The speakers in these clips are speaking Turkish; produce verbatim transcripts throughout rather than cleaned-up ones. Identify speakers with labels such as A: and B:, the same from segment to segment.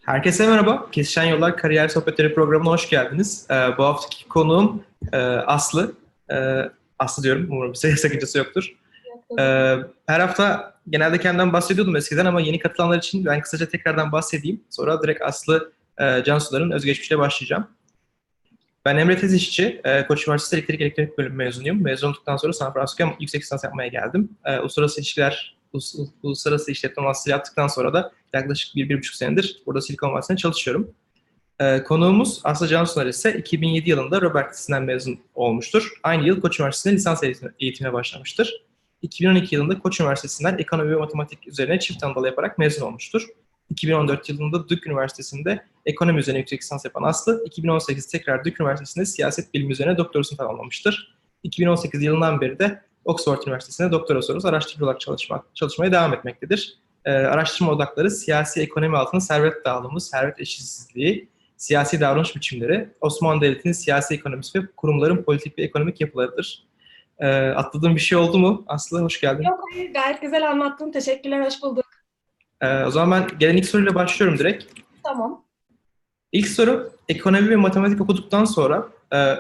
A: Herkese merhaba. Kesişen Yollar Kariyer Sohbetleri programına hoş geldiniz. Ee, bu haftaki konuğum e, Aslı. Ee, Aslı diyorum, umarım bir şey sakıncası yoktur. Ee, Her hafta genelde kendimden bahsediyordum eskiden ama yeni katılanlar için ben kısaca tekrardan bahsedeyim. Sonra direkt Aslı e, Cansu'ların özgeçmişle başlayacağım. Ben Emre Tez İşçi, e, Koç Üniversitesi Elektrik Elektronik Bölümü mezunuyum. Mezun olduktan sonra San Francisco'ya yüksek lisans yapmaya geldim. E, uluslararası ilişkiler, ulus- uluslararası işletme master yaptıktan sonra da yaklaşık bir, bir buçuk senedir burada Silikon Vadisi'nde çalışıyorum. E, konuğumuz Aslı Cansuner ise iki bin yedi yılında Robert Lisesi'nden mezun olmuştur. Aynı yıl Koç Üniversitesi'nde lisans eğitim- eğitimine başlamıştır. iki bin on iki yılında Koç Üniversitesi'nden ekonomi ve matematik üzerine çift anadal yaparak mezun olmuştur. iki bin on dört yılında Duke Üniversitesi'nde ekonomi üzerine yüksek lisans yapan Aslı, iki bin on sekiz tekrar Duke Üniversitesi'nde siyaset bilimi üzerine doktorasını tamamlamıştır. iki bin on sekiz yılından beri de Oxford Üniversitesi'nde doktora sorusu araştırıcı olarak çalışmak, çalışmaya devam etmektedir. Ee, araştırma odakları siyasi ekonomi altında servet dağılımı, servet eşitsizliği, siyasi davranış biçimleri, Osmanlı Devleti'nin siyasi ekonomisi ve kurumların politik ve ekonomik yapılarıdır. Ee, atladığım bir şey oldu mu? Aslı hoş geldin.
B: Yok hayır gayet güzel anlattın. Teşekkürler, hoş bulduk.
A: Ee, o zaman ben gelen ilk soruyla başlıyorum direkt.
B: Tamam.
A: İlk soru, ekonomi ve matematik okuduktan sonra, e,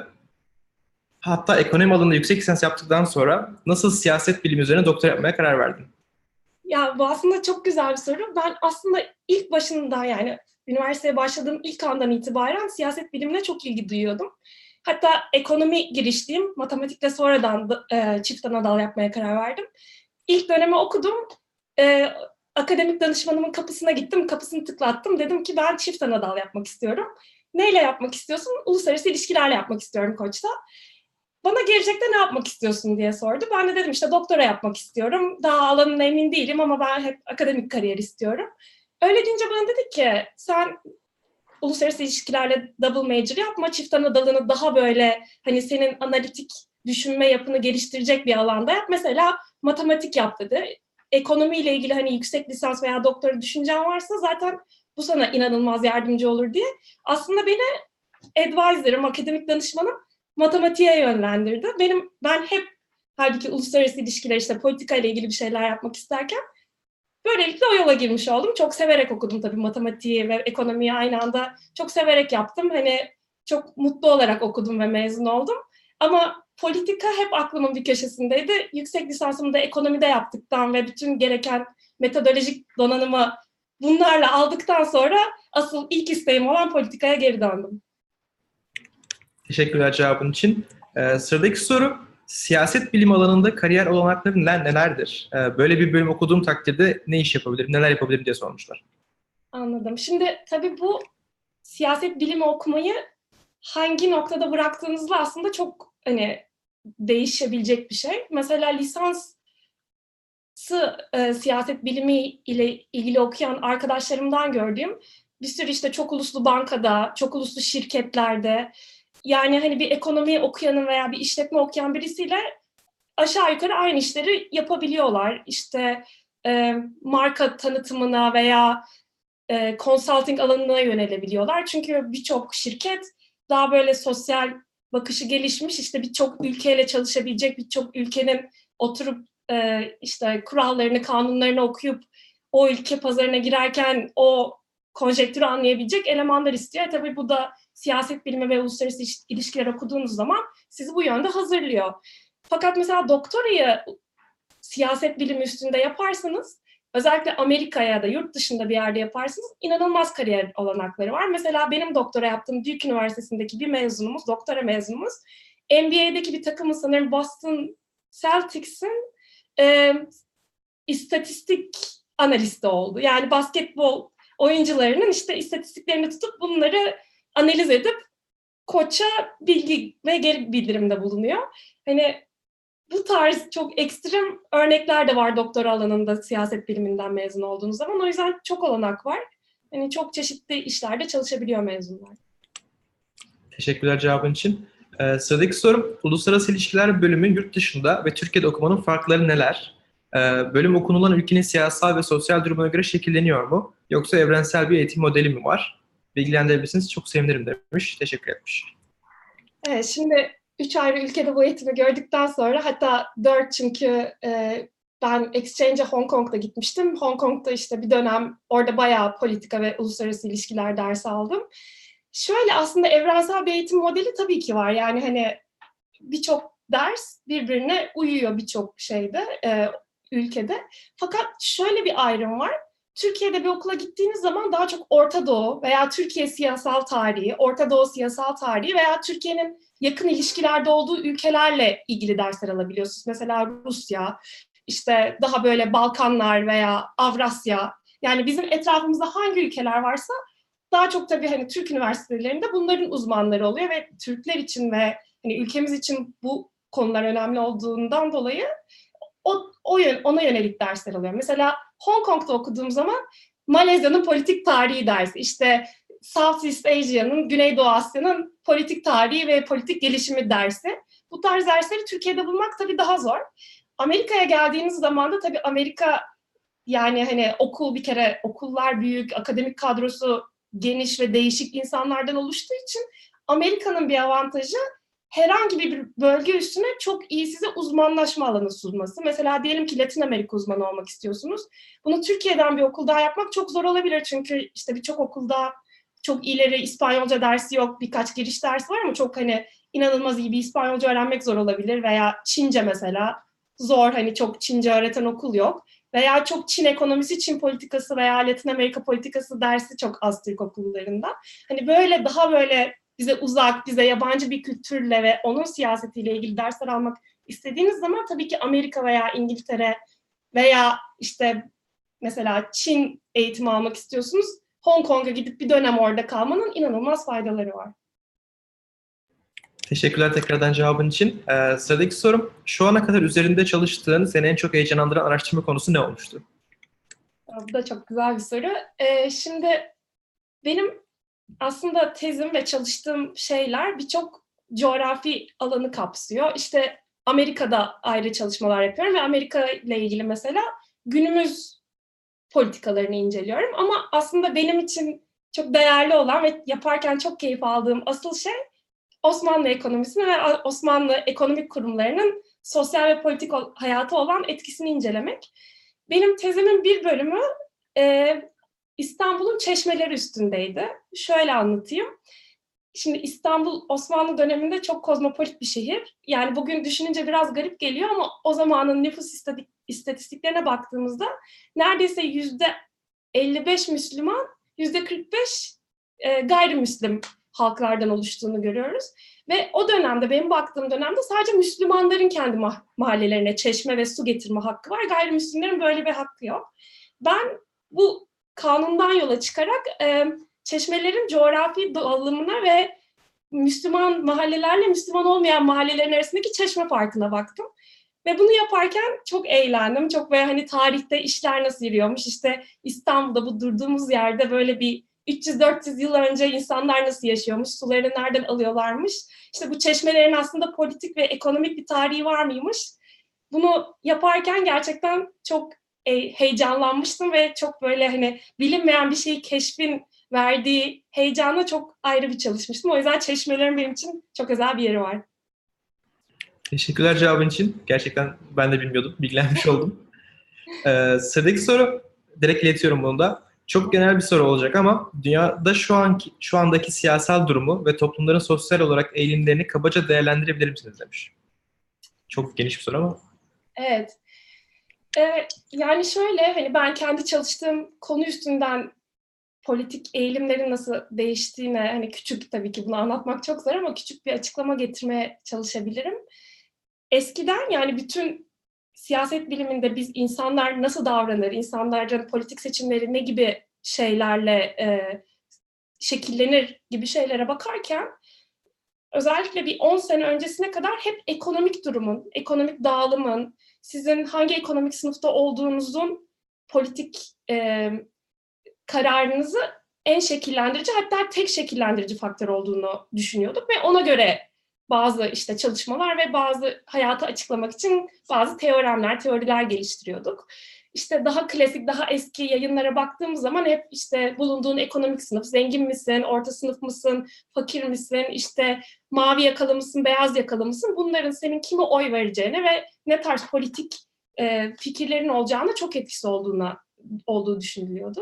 A: hatta ekonomi alanında yüksek lisans yaptıktan sonra nasıl siyaset bilimi üzerine doktora yapmaya karar verdin?
B: Ya bu aslında çok güzel bir soru. Ben aslında ilk başında yani üniversiteye başladığım ilk andan itibaren siyaset bilimine çok ilgi duyuyordum. Hatta ekonomi girişliyim. Matematikte sonradan da, e, çift ana dal yapmaya karar verdim. İlk dönemi okudum. E, Akademik danışmanımın kapısına gittim. Kapısını tıklattım. Dedim ki ben çift ana dal yapmak istiyorum. Neyle yapmak istiyorsun? Uluslararası ilişkilerle yapmak istiyorum Koç'ta. Bana gelecekte ne yapmak istiyorsun diye sordu. Ben de dedim işte doktora yapmak istiyorum. Daha alanına emin değilim ama ben hep akademik kariyer istiyorum. Öyle deyince bana dedi ki sen uluslararası ilişkilerle double major yapma. Çift ana dalını daha böyle hani senin analitik düşünme yapını geliştirecek bir alanda yap. Mesela matematik yap dedi. Ekonomiyle ilgili hani yüksek lisans veya doktora düşüncen varsa zaten bu sana inanılmaz yardımcı olur diye. Aslında beni advisor'ım, akademik danışmanım matematiğe yönlendirdi. Benim ben hep halbuki uluslararası ilişkiler işte politika ile ilgili bir şeyler yapmak isterken böylelikle o yola girmiş oldum. Çok severek okudum tabii matematiği ve ekonomiyi aynı anda çok severek yaptım. Hani çok mutlu olarak okudum ve mezun oldum. Ama politika hep aklımın bir köşesindeydi. Yüksek lisansımı da ekonomide yaptıktan ve bütün gereken metodolojik donanımı bunlarla aldıktan sonra asıl ilk isteğim olan politikaya geri döndüm.
A: Teşekkürler cevabın için. Ee, sıradaki soru, siyaset bilimi alanında kariyer olanakları neler, nelerdir? Ee, böyle bir bölüm okuduğum takdirde ne iş yapabilirim, neler yapabilirim diye sormuşlar.
B: Anladım. Şimdi tabii bu siyaset bilimi okumayı hangi noktada bıraktığınızla aslında çok hani değişebilecek bir şey. Mesela lisansı e, siyaset bilimi ile ilgili okuyan arkadaşlarımdan gördüğüm bir sürü işte çok uluslu bankada, çok uluslu şirketlerde yani hani bir ekonomi okuyanın veya bir işletme okuyan birisiyle aşağı yukarı aynı işleri yapabiliyorlar. İşte e, marka tanıtımına veya e, consulting alanına yönelebiliyorlar. Çünkü birçok şirket daha böyle sosyal bakışı gelişmiş, işte birçok ülkeyle çalışabilecek, birçok ülkenin oturup e, işte kurallarını, kanunlarını okuyup o ülke pazarına girerken o konjektürü anlayabilecek elemanlar istiyor. Tabii bu da siyaset bilimi ve uluslararası ilişkiler okuduğunuz zaman sizi bu yönde hazırlıyor. Fakat mesela doktorayı siyaset bilimi üstünde yaparsanız özellikle Amerika'ya ya da yurt dışında bir yerde yaparsanız inanılmaz kariyer olanakları var. Mesela benim doktora yaptığım Duke Üniversitesi'ndeki bir mezunumuz, doktora mezunumuz N B A'deki bir takımın sanırım Boston Celtics'in e, istatistik analisti oldu. Yani basketbol oyuncularının işte istatistiklerini tutup bunları analiz edip koça bilgi ve geri bildirimde bulunuyor. Hani bu tarz çok ekstrem örnekler de var doktora alanında siyaset biliminden mezun olduğunuz zaman. O yüzden çok olanak var. Yani çok çeşitli işlerde çalışabiliyor mezunlar.
A: Teşekkürler cevabın için. Ee, sıradaki sorum, Uluslararası İlişkiler bölümü yurt dışında ve Türkiye'de okumanın farkları neler? Ee, bölüm okunulan ülkenin siyasal ve sosyal durumuna göre şekilleniyor mu? Yoksa evrensel bir eğitim modeli mi var? Bilgilendirebilirsiniz, çok sevinirim demiş. Teşekkür etmiş.
B: Evet, şimdi üç ayrı ülkede bu eğitimi gördükten sonra hatta dört çünkü e, ben exchange'e Hong Kong'da gitmiştim. Hong Kong'da işte bir dönem orada bayağı politika ve uluslararası ilişkiler dersi aldım. Şöyle aslında evrensel bir eğitim modeli tabii ki var. Yani hani birçok ders birbirine uyuyor birçok şeyde, e, ülkede. Fakat şöyle bir ayrım var. Türkiye'de bir okula gittiğiniz zaman daha çok Orta Doğu veya Türkiye siyasal tarihi, Orta Doğu siyasal tarihi veya Türkiye'nin yakın ilişkilerde olduğu ülkelerle ilgili dersler alabiliyorsunuz. Mesela Rusya, işte daha böyle Balkanlar veya Avrasya. Yani bizim etrafımızda hangi ülkeler varsa daha çok tabii hani Türk üniversitelerinde bunların uzmanları oluyor ve Türkler için ve hani ülkemiz için bu konular önemli olduğundan dolayı o, o yön, ona yönelik dersler alıyor. Mesela Hong Kong'da okuduğum zaman Malezya'nın politik tarihi dersi, işte Southeast Asia'nın, Güneydoğu Asya'nın politik tarihi ve politik gelişimi dersi. Bu tarz dersleri Türkiye'de bulmak tabii daha zor. Amerika'ya geldiğiniz zaman da tabii Amerika, yani hani okul bir kere okullar büyük, akademik kadrosu geniş ve değişik insanlardan oluştuğu için Amerika'nın bir avantajı herhangi bir bölge üstüne çok iyi size uzmanlaşma alanı sunması. Mesela diyelim ki Latin Amerika uzmanı olmak istiyorsunuz. Bunu Türkiye'den bir okulda yapmak çok zor olabilir. Çünkü işte birçok okulda çok ileri İspanyolca dersi yok, birkaç giriş dersi var ama çok hani inanılmaz iyi bir İspanyolca öğrenmek zor olabilir. Veya Çince mesela zor, hani çok Çince öğreten okul yok. Veya çok Çin ekonomisi, Çin politikası veya Latin Amerika politikası dersi çok az Türk okullarında. Hani böyle daha böyle bize uzak, bize yabancı bir kültürle ve onun siyasetiyle ilgili dersler almak istediğiniz zaman tabii ki Amerika veya İngiltere veya işte mesela Çin eğitimi almak istiyorsunuz. Hong Kong'a gidip bir dönem orada kalmanın inanılmaz faydaları var.
A: Teşekkürler tekrardan cevabın için. Ee, sıradaki sorum, şu ana kadar üzerinde çalıştığın, seni en çok heyecanlandıran araştırma konusu ne olmuştu?
B: Bu da çok güzel bir soru. Ee, şimdi benim aslında tezim ve çalıştığım şeyler birçok coğrafi alanı kapsıyor. İşte Amerika'da ayrı çalışmalar yapıyorum ve Amerika ile ilgili mesela günümüz politikalarını inceliyorum. Ama aslında benim için çok değerli olan ve yaparken çok keyif aldığım asıl şey Osmanlı ekonomisini ve Osmanlı ekonomik kurumlarının sosyal ve politik hayata olan etkisini incelemek. Benim tezimin bir bölümü e, İstanbul'un çeşmeleri üstündeydi. Şöyle anlatayım. Şimdi İstanbul Osmanlı döneminde çok kozmopolit bir şehir. Yani bugün düşününce biraz garip geliyor ama o zamanın nüfus istatistiklerine baktığımızda neredeyse yüzde elli beş Müslüman, yüzde kırk beş e, gayrimüslim halklardan oluştuğunu görüyoruz. Ve o dönemde, benim baktığım dönemde sadece Müslümanların kendi mahallelerine çeşme ve su getirme hakkı var. Gayrimüslimlerin böyle bir hakkı yok. Ben bu kanundan yola çıkarak e, çeşmelerin coğrafi dağılımına ve Müslüman mahallelerle Müslüman olmayan mahallelerin arasındaki çeşme farkına baktım. Ve bunu yaparken çok eğlendim. Çok böyle hani tarihte işler nasıl yürüyormuş. İşte İstanbul'da bu durduğumuz yerde böyle bir üç yüz dört yüz yıl önce insanlar nasıl yaşıyormuş, sularını nereden alıyorlarmış. İşte bu çeşmelerin aslında politik ve ekonomik bir tarihi var mıymış. Bunu yaparken gerçekten çok heyecanlanmıştım ve çok böyle hani bilinmeyen bir şeyi keşfin verdiği heyecanla çok ayrı bir çalışmıştım. O yüzden çeşmelerin benim için çok özel bir yeri var.
A: Teşekkürler cevabın için. Gerçekten ben de bilmiyordum. Bilgilenmiş oldum. Ee, sıradaki soru, direkt iletiyorum bunu da. Çok genel bir soru olacak ama dünyada şu anki şu andaki siyasal durumu ve toplumların sosyal olarak eğilimlerini kabaca değerlendirebilir misiniz demiş. Çok geniş bir soru ama.
B: Evet. Ee, yani şöyle, hani ben kendi çalıştığım konu üstünden politik eğilimlerin nasıl değiştiğine, hani küçük, tabii ki bunu anlatmak çok zor ama küçük bir açıklama getirmeye çalışabilirim. Eskiden, yani bütün siyaset biliminde biz insanlar nasıl davranır, insanların politik seçimleri ne gibi şeylerle e, şekillenir gibi şeylere bakarken özellikle bir on sene öncesine kadar hep ekonomik durumun, ekonomik dağılımın, sizin hangi ekonomik sınıfta olduğunuzun politik e, kararınızı en şekillendirici, hatta tek şekillendirici faktör olduğunu düşünüyorduk ve ona göre bazı işte çalışmalar ve bazı hayatı açıklamak için bazı teoremler, teoriler geliştiriyorduk. İşte daha klasik, daha eski yayınlara baktığımız zaman hep işte bulunduğun ekonomik sınıf, zengin misin, orta sınıf mısın, fakir misin, işte mavi yakalı mısın, beyaz yakalı mısın, bunların senin kime oy vereceğine ve ne tarz politik e, fikirlerin olacağına çok etkisi olduğuna olduğu düşünülüyordu.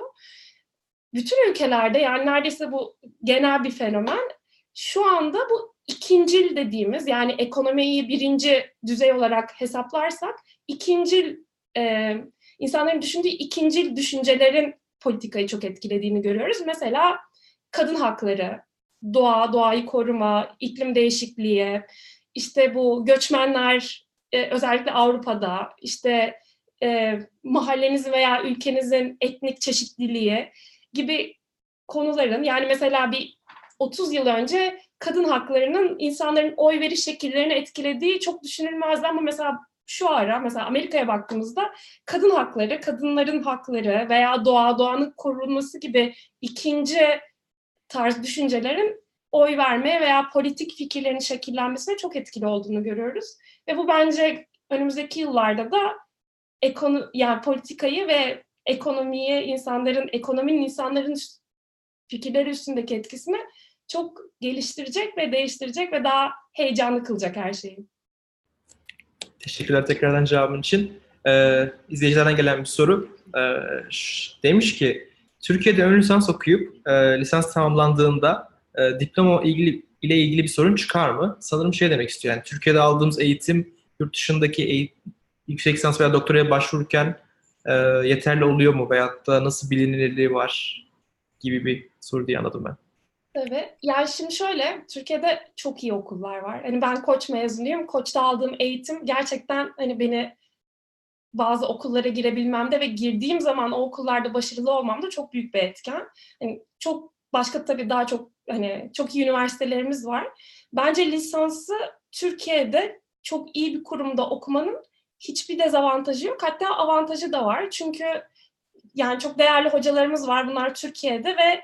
B: Bütün ülkelerde, yani neredeyse bu genel bir fenomen, şu anda bu ikincil dediğimiz, yani ekonomiyi birinci düzey olarak hesaplarsak ikincil, e, insanların düşündüğü ikincil düşüncelerin politikayı çok etkilediğini görüyoruz. Mesela kadın hakları, doğa, doğayı koruma, iklim değişikliği, işte bu göçmenler, e, özellikle Avrupa'da, işte e, mahallenizin veya ülkenizin etnik çeşitliliği gibi konuların, yani mesela bir otuz yıl önce kadın haklarının insanların oy veriş şekillerini etkilediği çok düşünülmezdi ama mesela şu ara, mesela Amerika'ya baktığımızda kadın hakları, kadınların hakları veya doğa, doğanın korunması gibi ikinci tarz düşüncelerin oy vermeye veya politik fikirlerin şekillenmesine çok etkili olduğunu görüyoruz. Ve bu bence önümüzdeki yıllarda da ekonu, yani politikayı ve ekonomiyi, insanların, ekonominin insanların fikirleri üstündeki etkisini çok geliştirecek ve değiştirecek ve daha heyecanlı kılacak her şeyi.
A: Teşekkürler tekrardan cevabın için. Ee, izleyicilerden gelen bir soru. Ee, ş- demiş ki, Türkiye'de ön lisans okuyup e, lisans tamamlandığında e, diploma ilgili, ile ilgili bir sorun çıkar mı? Sanırım şey demek istiyor. Yani Türkiye'de aldığımız eğitim yurt dışındaki eğitim, yüksek lisans veya doktoraya başvururken e, yeterli oluyor mu? Veyahut da nasıl bilinirliği var gibi bir soru diye anladım ben.
B: Tabii. Yani şimdi şöyle, Türkiye'de çok iyi okullar var. Hani ben Koç mezunuyum. Koç'ta aldığım eğitim gerçekten hani beni bazı okullara girebilmemde ve girdiğim zaman o okullarda başarılı olmamda çok büyük bir etken. Hani çok başka tabii daha çok hani çok iyi üniversitelerimiz var. Bence lisansı Türkiye'de çok iyi bir kurumda okumanın hiçbir dezavantajı yok. Hatta avantajı da var. Çünkü yani çok değerli hocalarımız var. Bunlar Türkiye'de ve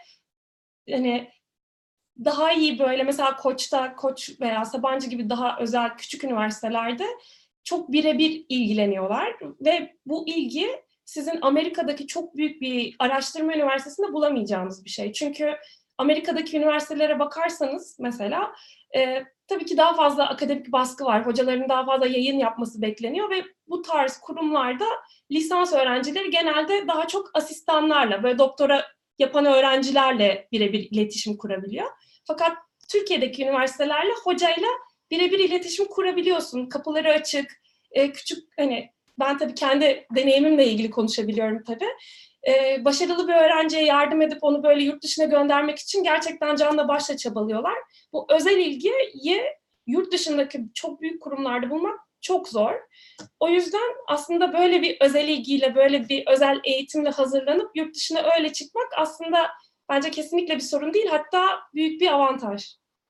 B: hani daha iyi böyle mesela Koç'ta, Koç veya Sabancı gibi daha özel küçük üniversitelerde çok birebir ilgileniyorlar ve bu ilgi sizin Amerika'daki çok büyük bir araştırma üniversitesinde bulamayacağınız bir şey. Çünkü Amerika'daki üniversitelere bakarsanız mesela e, tabii ki daha fazla akademik baskı var. Hocaların daha fazla yayın yapması bekleniyor ve bu tarz kurumlarda lisans öğrencileri genelde daha çok asistanlarla, böyle doktora yapan öğrencilerle birebir iletişim kurabiliyor. Fakat Türkiye'deki üniversitelerle hocayla birebir iletişim kurabiliyorsun. Kapıları açık, e, küçük, hani ben tabii kendi deneyimimle ilgili konuşabiliyorum tabii. E, başarılı bir öğrenciye yardım edip onu böyle yurt dışına göndermek için gerçekten canla başla çabalıyorlar. Bu özel ilgiyi yurt dışındaki çok büyük kurumlarda bulmak çok zor. O yüzden aslında böyle bir özel ilgiyle, böyle bir özel eğitimle hazırlanıp yurt dışına öyle çıkmak aslında bence kesinlikle bir sorun değil, hatta büyük bir avantaj.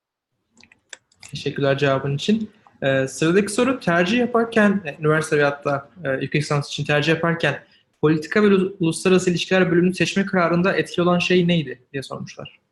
A: Teşekkürler cevabın için. Ee, sıradaki soru, tercih yaparken, e, üniversite veyahut da e, yüksek lisans için tercih yaparken politika ve uluslararası ilişkiler bölümünü seçme kararında etkili olan şey neydi diye sormuşlar.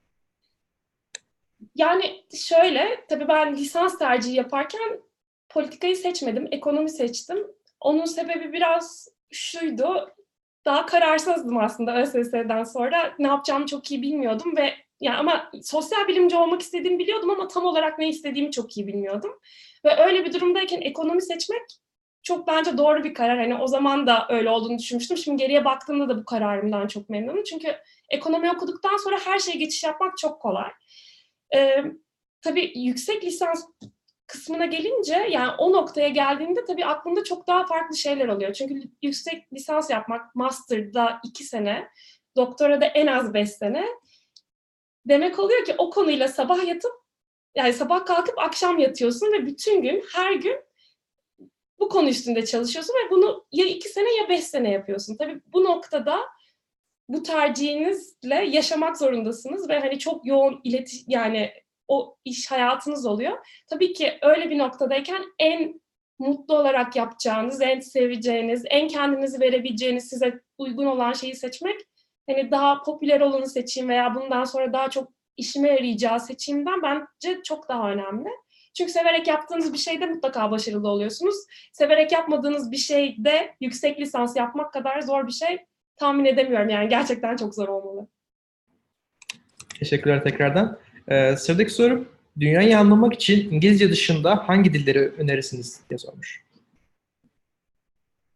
B: Yani şöyle, tabii ben lisans tercihi yaparken politikayı seçmedim, ekonomi seçtim. Onun sebebi biraz şuydu, daha kararsızdım aslında ÖSS'den sonra. Ne yapacağımı çok iyi bilmiyordum ve yani ama sosyal bilimci olmak istediğimi biliyordum ama tam olarak ne istediğimi çok iyi bilmiyordum. Ve öyle bir durumdayken ekonomi seçmek çok bence doğru bir karar. Hani o zaman da öyle olduğunu düşünmüştüm. Şimdi geriye baktığımda da bu kararımdan çok memnunum. Çünkü ekonomi okuduktan sonra her şeye geçiş yapmak çok kolay. Ee, tabii yüksek lisans kısmına gelince, yani o noktaya geldiğinde tabii aklımda çok daha farklı şeyler oluyor. Çünkü yüksek lisans yapmak, master'da iki sene, doktorada en az beş sene. Demek oluyor ki o konuyla sabah yatıp, yani sabah kalkıp akşam yatıyorsun ve bütün gün, her gün bu konu üstünde çalışıyorsun ve bunu ya iki sene ya beş sene yapıyorsun. Tabii bu noktada bu tercihinizle yaşamak zorundasınız ve hani çok yoğun iletiş, yani o iş hayatınız oluyor. Tabii ki öyle bir noktadayken en mutlu olarak yapacağınız, en seveceğiniz, en kendinizi verebileceğiniz, size uygun olan şeyi seçmek, hani daha popüler olanı seçeyim veya bundan sonra daha çok işime yarayacağı seçimden bence çok daha önemli. Çünkü severek yaptığınız bir şeyde mutlaka başarılı oluyorsunuz. Severek yapmadığınız bir şeyde yüksek lisans yapmak kadar zor bir şey tahmin edemiyorum. Yani gerçekten çok zor olmalı.
A: Teşekkürler tekrardan. Ee, sıradaki soru, dünyayı anlamak için İngilizce dışında hangi dilleri önerirsiniz diye sormuş.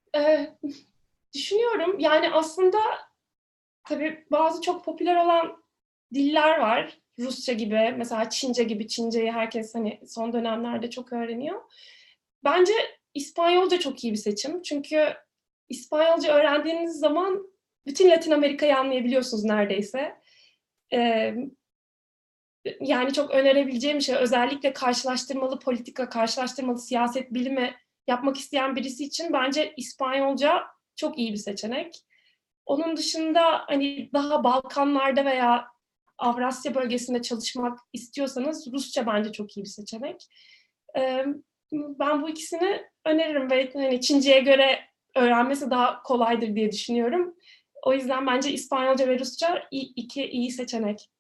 B: Ee, düşünüyorum. Yani aslında tabii bazı çok popüler olan diller var. Rusça gibi, mesela Çince gibi. Çinceyi herkes hani son dönemlerde çok öğreniyor. Bence İspanyolca çok iyi bir seçim. Çünkü İspanyolca öğrendiğiniz zaman bütün Latin Amerika'yı anlayabiliyorsunuz neredeyse. Ee, yani çok önerebileceğim bir şey. Özellikle karşılaştırmalı politika, karşılaştırmalı siyaset bilimi yapmak isteyen birisi için bence İspanyolca çok iyi bir seçenek. Onun dışında hani daha Balkanlarda veya Avrasya bölgesinde çalışmak istiyorsanız Rusça bence çok iyi bir seçenek. Ee, ben bu ikisini öneririm ve hani Çince'ye göre öğrenmesi daha kolaydır diye düşünüyorum. O yüzden bence İspanyolca ve Rusça iki iyi seçenek.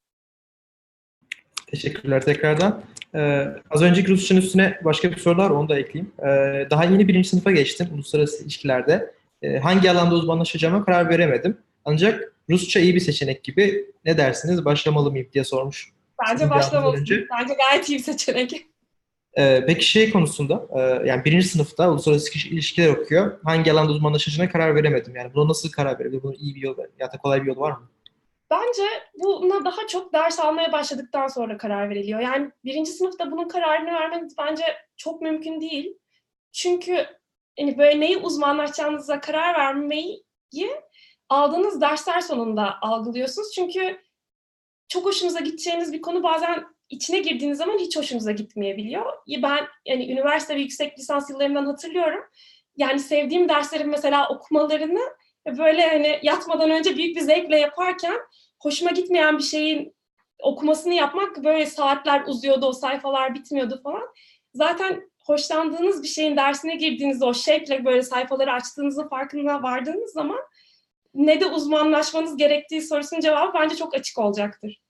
A: Teşekkürler tekrardan. Ee, az önceki Rusça'nın üstüne başka bir soru var, onu da ekleyeyim. Ee, daha yeni birinci sınıfa geçtim uluslararası ilişkilerde. Ee, hangi alanda uzmanlaşacağıma karar veremedim. Ancak Rusça iyi bir seçenek gibi. Ne dersiniz, başlamalı mıyım diye sormuş.
B: Bence
A: Sizin cevabınızdan
B: başlamalısın.
A: önce.
B: Bence gayet iyi bir seçenek.
A: Ee, peki şey konusunda, e, yani birinci sınıfta uluslararası ilişkiler okuyor. Hangi alanda uzmanlaşacağına karar veremedim. Yani buna nasıl karar verebilir? Bunun iyi bir yolu ya da kolay bir yolu var mı?
B: Bence buna daha çok ders almaya başladıktan sonra karar veriliyor. Yani birinci sınıfta bunun kararını vermeniz bence çok mümkün değil. Çünkü hani böyle neyi uzmanlaşacağınıza karar vermeyi aldığınız dersler sonunda algılıyorsunuz. Çünkü çok hoşunuza gideceğiniz bir konu bazen içine girdiğiniz zaman hiç hoşunuza gitmeyebiliyor. Ben yani üniversite ve yüksek lisans yıllarımdan hatırlıyorum. Yani sevdiğim derslerin mesela okumalarını böyle hani yatmadan önce büyük bir zevkle yaparken hoşuma gitmeyen bir şeyin okumasını yapmak böyle saatler uzuyordu, o sayfalar bitmiyordu falan. Zaten hoşlandığınız bir şeyin dersine girdiğinizde o şevkle böyle sayfaları açtığınızın farkına vardığınız zaman ne de uzmanlaşmanız gerektiği sorusunun cevabı bence çok açık olacaktır.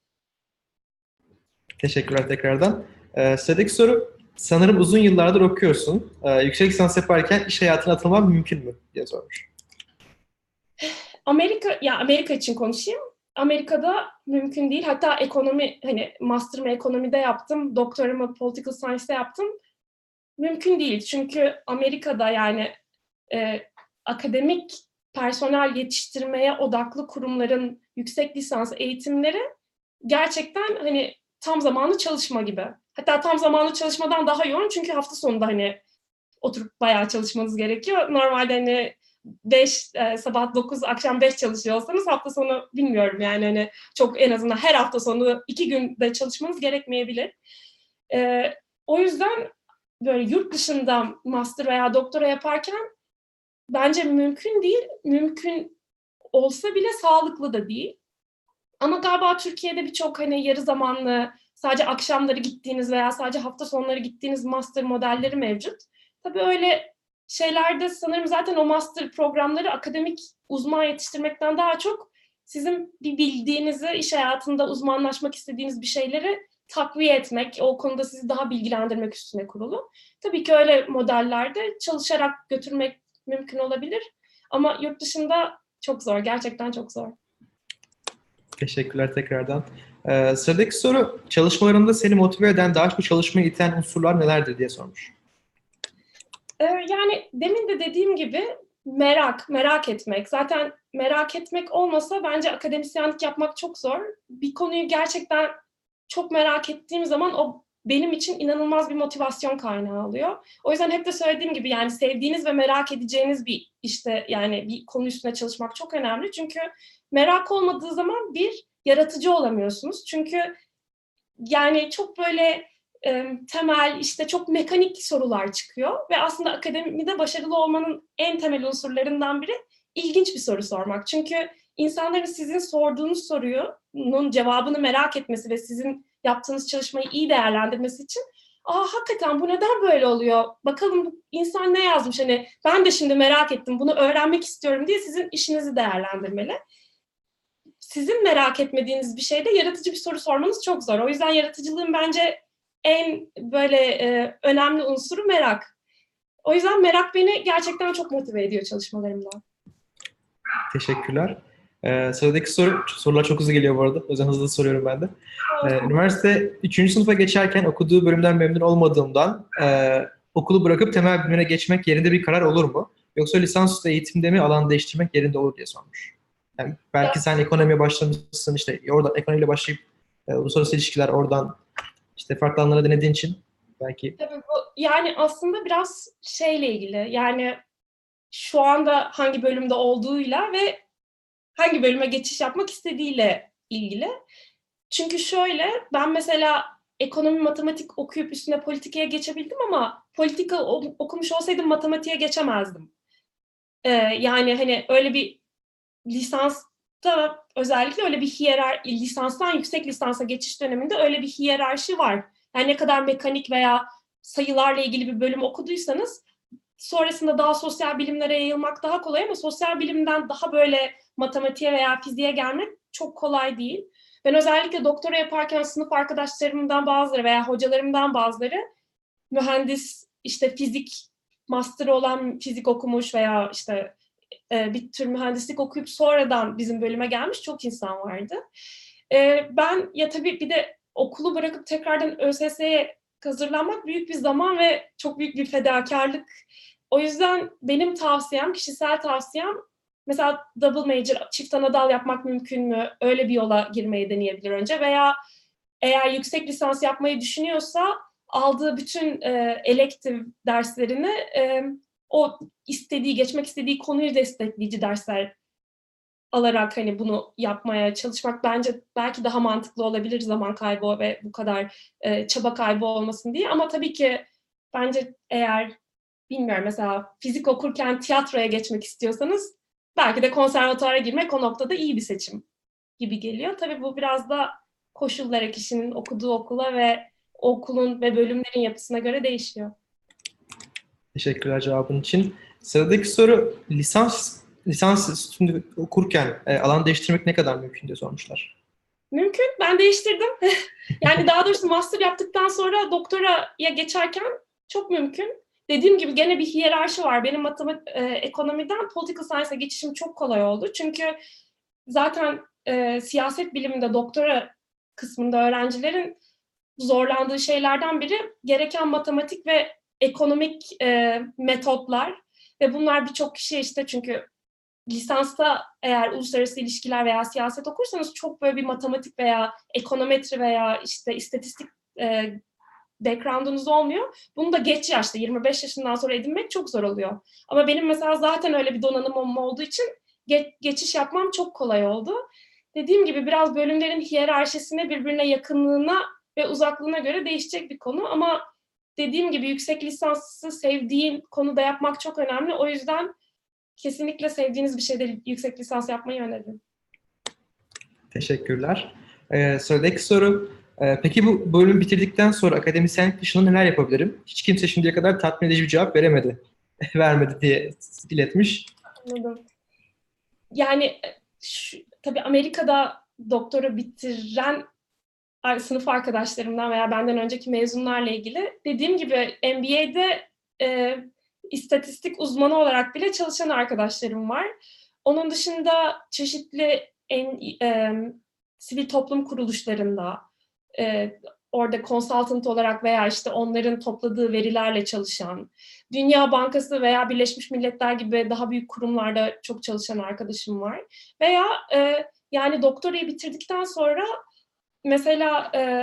A: Teşekkürler tekrardan. Ee, sıradaki soru, sanırım uzun yıllardır okuyorsun. Ee, yüksek lisans yaparken iş hayatına atılman mümkün mü diye sormuş.
B: Amerika, ya Amerika için konuşayım. Amerika'da mümkün değil. Hatta ekonomi, hani master'ımı ekonomide yaptım, doktoramı political science'da yaptım. Mümkün değil. Çünkü Amerika'da yani e, akademik personel yetiştirmeye odaklı kurumların yüksek lisans eğitimleri gerçekten hani tam zamanlı çalışma gibi. Hatta tam zamanlı çalışmadan daha yoğun çünkü hafta sonunda hani oturup bayağı çalışmanız gerekiyor. Normalde hani beş e, sabah dokuz akşam beş çalışıyor olsanız hafta sonu bilmiyorum yani hani çok en azından her hafta sonu iki günde çalışmanız gerekmeyebilir. E, o yüzden böyle yurt dışında master veya doktora yaparken bence mümkün değil. Mümkün olsa bile sağlıklı da değil. Ama galiba Türkiye'de birçok hani yarı zamanlı, sadece akşamları gittiğiniz veya sadece hafta sonları gittiğiniz master modelleri mevcut. Tabii öyle şeylerde sanırım zaten o master programları akademik uzman yetiştirmekten daha çok sizin bir bildiğinizi, iş hayatında uzmanlaşmak istediğiniz bir şeyleri takviye etmek, o konuda sizi daha bilgilendirmek üstüne kurulu. Tabii ki öyle modellerde çalışarak götürmek mümkün olabilir. Ama yurt dışında çok zor, gerçekten çok zor.
A: Teşekkürler tekrardan. Ee, sıradaki soru, çalışmalarında seni motive eden, daha çok çalışmaya iten unsurlar nelerdir diye sormuş.
B: Ee, yani demin de dediğim gibi merak, merak etmek. Zaten merak etmek olmasa bence akademisyenlik yapmak çok zor. Bir konuyu gerçekten çok merak ettiğim zaman o benim için inanılmaz bir motivasyon kaynağı oluyor. O yüzden hep de söylediğim gibi yani sevdiğiniz ve merak edeceğiniz bir işte yani bir konu üstüne çalışmak çok önemli. Çünkü merak olmadığı zaman bir yaratıcı olamıyorsunuz. Çünkü yani çok böyle e, temel işte çok mekanik sorular çıkıyor ve aslında akademide başarılı olmanın en temel unsurlarından biri ilginç bir soru sormak. Çünkü insanların sizin sorduğunuz sorunun cevabını merak etmesi ve sizin yaptığınız çalışmayı iyi değerlendirmesi için aa hakikaten bu neden böyle oluyor? Bakalım bu insan ne yazmış? Hani ben de şimdi merak ettim, bunu öğrenmek istiyorum diye sizin işinizi değerlendirmeli. Sizin merak etmediğiniz bir şeyde yaratıcı bir soru sormanız çok zor. O yüzden yaratıcılığın bence en böyle e, önemli unsuru merak. O yüzden merak beni gerçekten çok motive ediyor çalışmalarımda.
A: Teşekkürler. Ee, sıradaki soru, sorular çok hızlı geliyor bu arada. O yüzden hızlı soruyorum ben de. Ee, üniversite üçüncü sınıfa geçerken okuduğu bölümden memnun olmadığımdan e, okulu bırakıp temel bilimlere geçmek yerinde bir karar olur mu? yoksa lisans eğitimde mi alan değiştirmek yerinde olur diye sormuş. Yani belki
B: Ya,
A: sen ekonomiye başlamışsın, işte oradan ekonomiyle başlayıp e, uluslararası ilişkiler, oradan işte farklı alanlara denediğin için belki.
B: tabii bu yani aslında biraz şeyle ilgili. Yani şu anda hangi bölümde olduğuyla ve hangi bölüme geçiş yapmak istediğiyle ilgili. Çünkü şöyle, ben mesela ekonomi, matematik okuyup üstüne politikaya geçebildim ama politika okumuş olsaydım matematiğe geçemezdim. Ee, yani hani öyle bir lisansta özellikle öyle bir hiyerarşi, lisanstan yüksek lisansa geçiş döneminde öyle bir hiyerarşi var. Yani ne kadar mekanik veya sayılarla ilgili bir bölüm okuduysanız sonrasında daha sosyal bilimlere yayılmak daha kolay ama sosyal bilimden daha böyle matematiğe veya fiziğe gelmek çok kolay değil. Ben özellikle doktora yaparken sınıf arkadaşlarımdan bazıları veya hocalarımdan bazıları mühendis, işte fizik master'ı olan fizik okumuş veya işte e, bir tür mühendislik okuyup sonradan bizim bölüme gelmiş çok insan vardı. E, ben ya tabii bir de okulu bırakıp tekrardan ÖSS'ye hazırlanmak büyük bir zaman ve çok büyük bir fedakarlık. O yüzden benim tavsiyem, kişisel tavsiyem mesela double major, çift ana dal yapmak mümkün mü? Öyle bir yola girmeyi deneyebilir önce veya eğer yüksek lisans yapmayı düşünüyorsa aldığı bütün e, elective derslerini e, o istediği, geçmek istediği konuyu destekleyici dersler alarak hani bunu yapmaya çalışmak bence belki daha mantıklı olabilir zaman kaybı ve bu kadar e, çaba kaybı olmasın diye. Ama tabii ki bence eğer bilmiyorum mesela fizik okurken tiyatroya geçmek istiyorsanız belki de konservatuvara girmek o noktada iyi bir seçim gibi geliyor. Tabii bu biraz da koşullara, kişinin okuduğu okula ve okulun ve bölümlerin yapısına göre değişiyor.
A: Teşekkürler cevabın için. Sıradaki soru, lisans lisans şimdi okurken e, alan değiştirmek ne kadar mümkün diye sormuşlar.
B: Mümkün. Ben değiştirdim. Yani daha doğrusu master yaptıktan sonra doktoraya geçerken çok mümkün. Dediğim gibi gene bir hiyerarşi var. Benim matematik, e, ekonomiden political science'a geçişim çok kolay oldu. Çünkü zaten e, siyaset biliminde doktora kısmında öğrencilerin zorlandığı şeylerden biri gereken matematik ve ekonomik e, metotlar. Ve bunlar birçok kişi işte çünkü lisansta eğer uluslararası ilişkiler veya siyaset okursanız çok böyle bir matematik veya ekonometri veya işte istatistik e, background'unuz olmuyor. Bunu da geç yaşta yirmi beş yaşından sonra edinmek çok zor oluyor. Ama benim mesela zaten öyle bir donanımım olduğu için ge- geçiş yapmam çok kolay oldu. Dediğim gibi biraz bölümlerin hiyerarşisine, birbirine yakınlığına ve uzaklığına göre değişecek bir konu ama dediğim gibi yüksek lisansı sevdiğin konuda yapmak çok önemli. O yüzden kesinlikle sevdiğiniz bir şeyde yüksek lisans yapmayı öneririm.
A: Teşekkürler. Ee, sıradaki soru, e, peki bu bölümü bitirdikten sonra akademisyenlik dışında neler yapabilirim? Hiç kimse şimdiye kadar tatmin edici bir cevap veremedi. Vermedi diye iletmiş.
B: Anladım. Yani şu, tabii Amerika'da doktora bitiren sınıf arkadaşlarımdan veya benden önceki mezunlarla ilgili dediğim gibi M B A'de e, istatistik uzmanı olarak bile çalışan arkadaşlarım var. Onun dışında çeşitli en, e, sivil toplum kuruluşlarında e, orada consultant olarak veya işte onların topladığı verilerle çalışan, Dünya Bankası veya Birleşmiş Milletler gibi daha büyük kurumlarda çok çalışan arkadaşım var. Veya e, yani doktorayı bitirdikten sonra mesela e,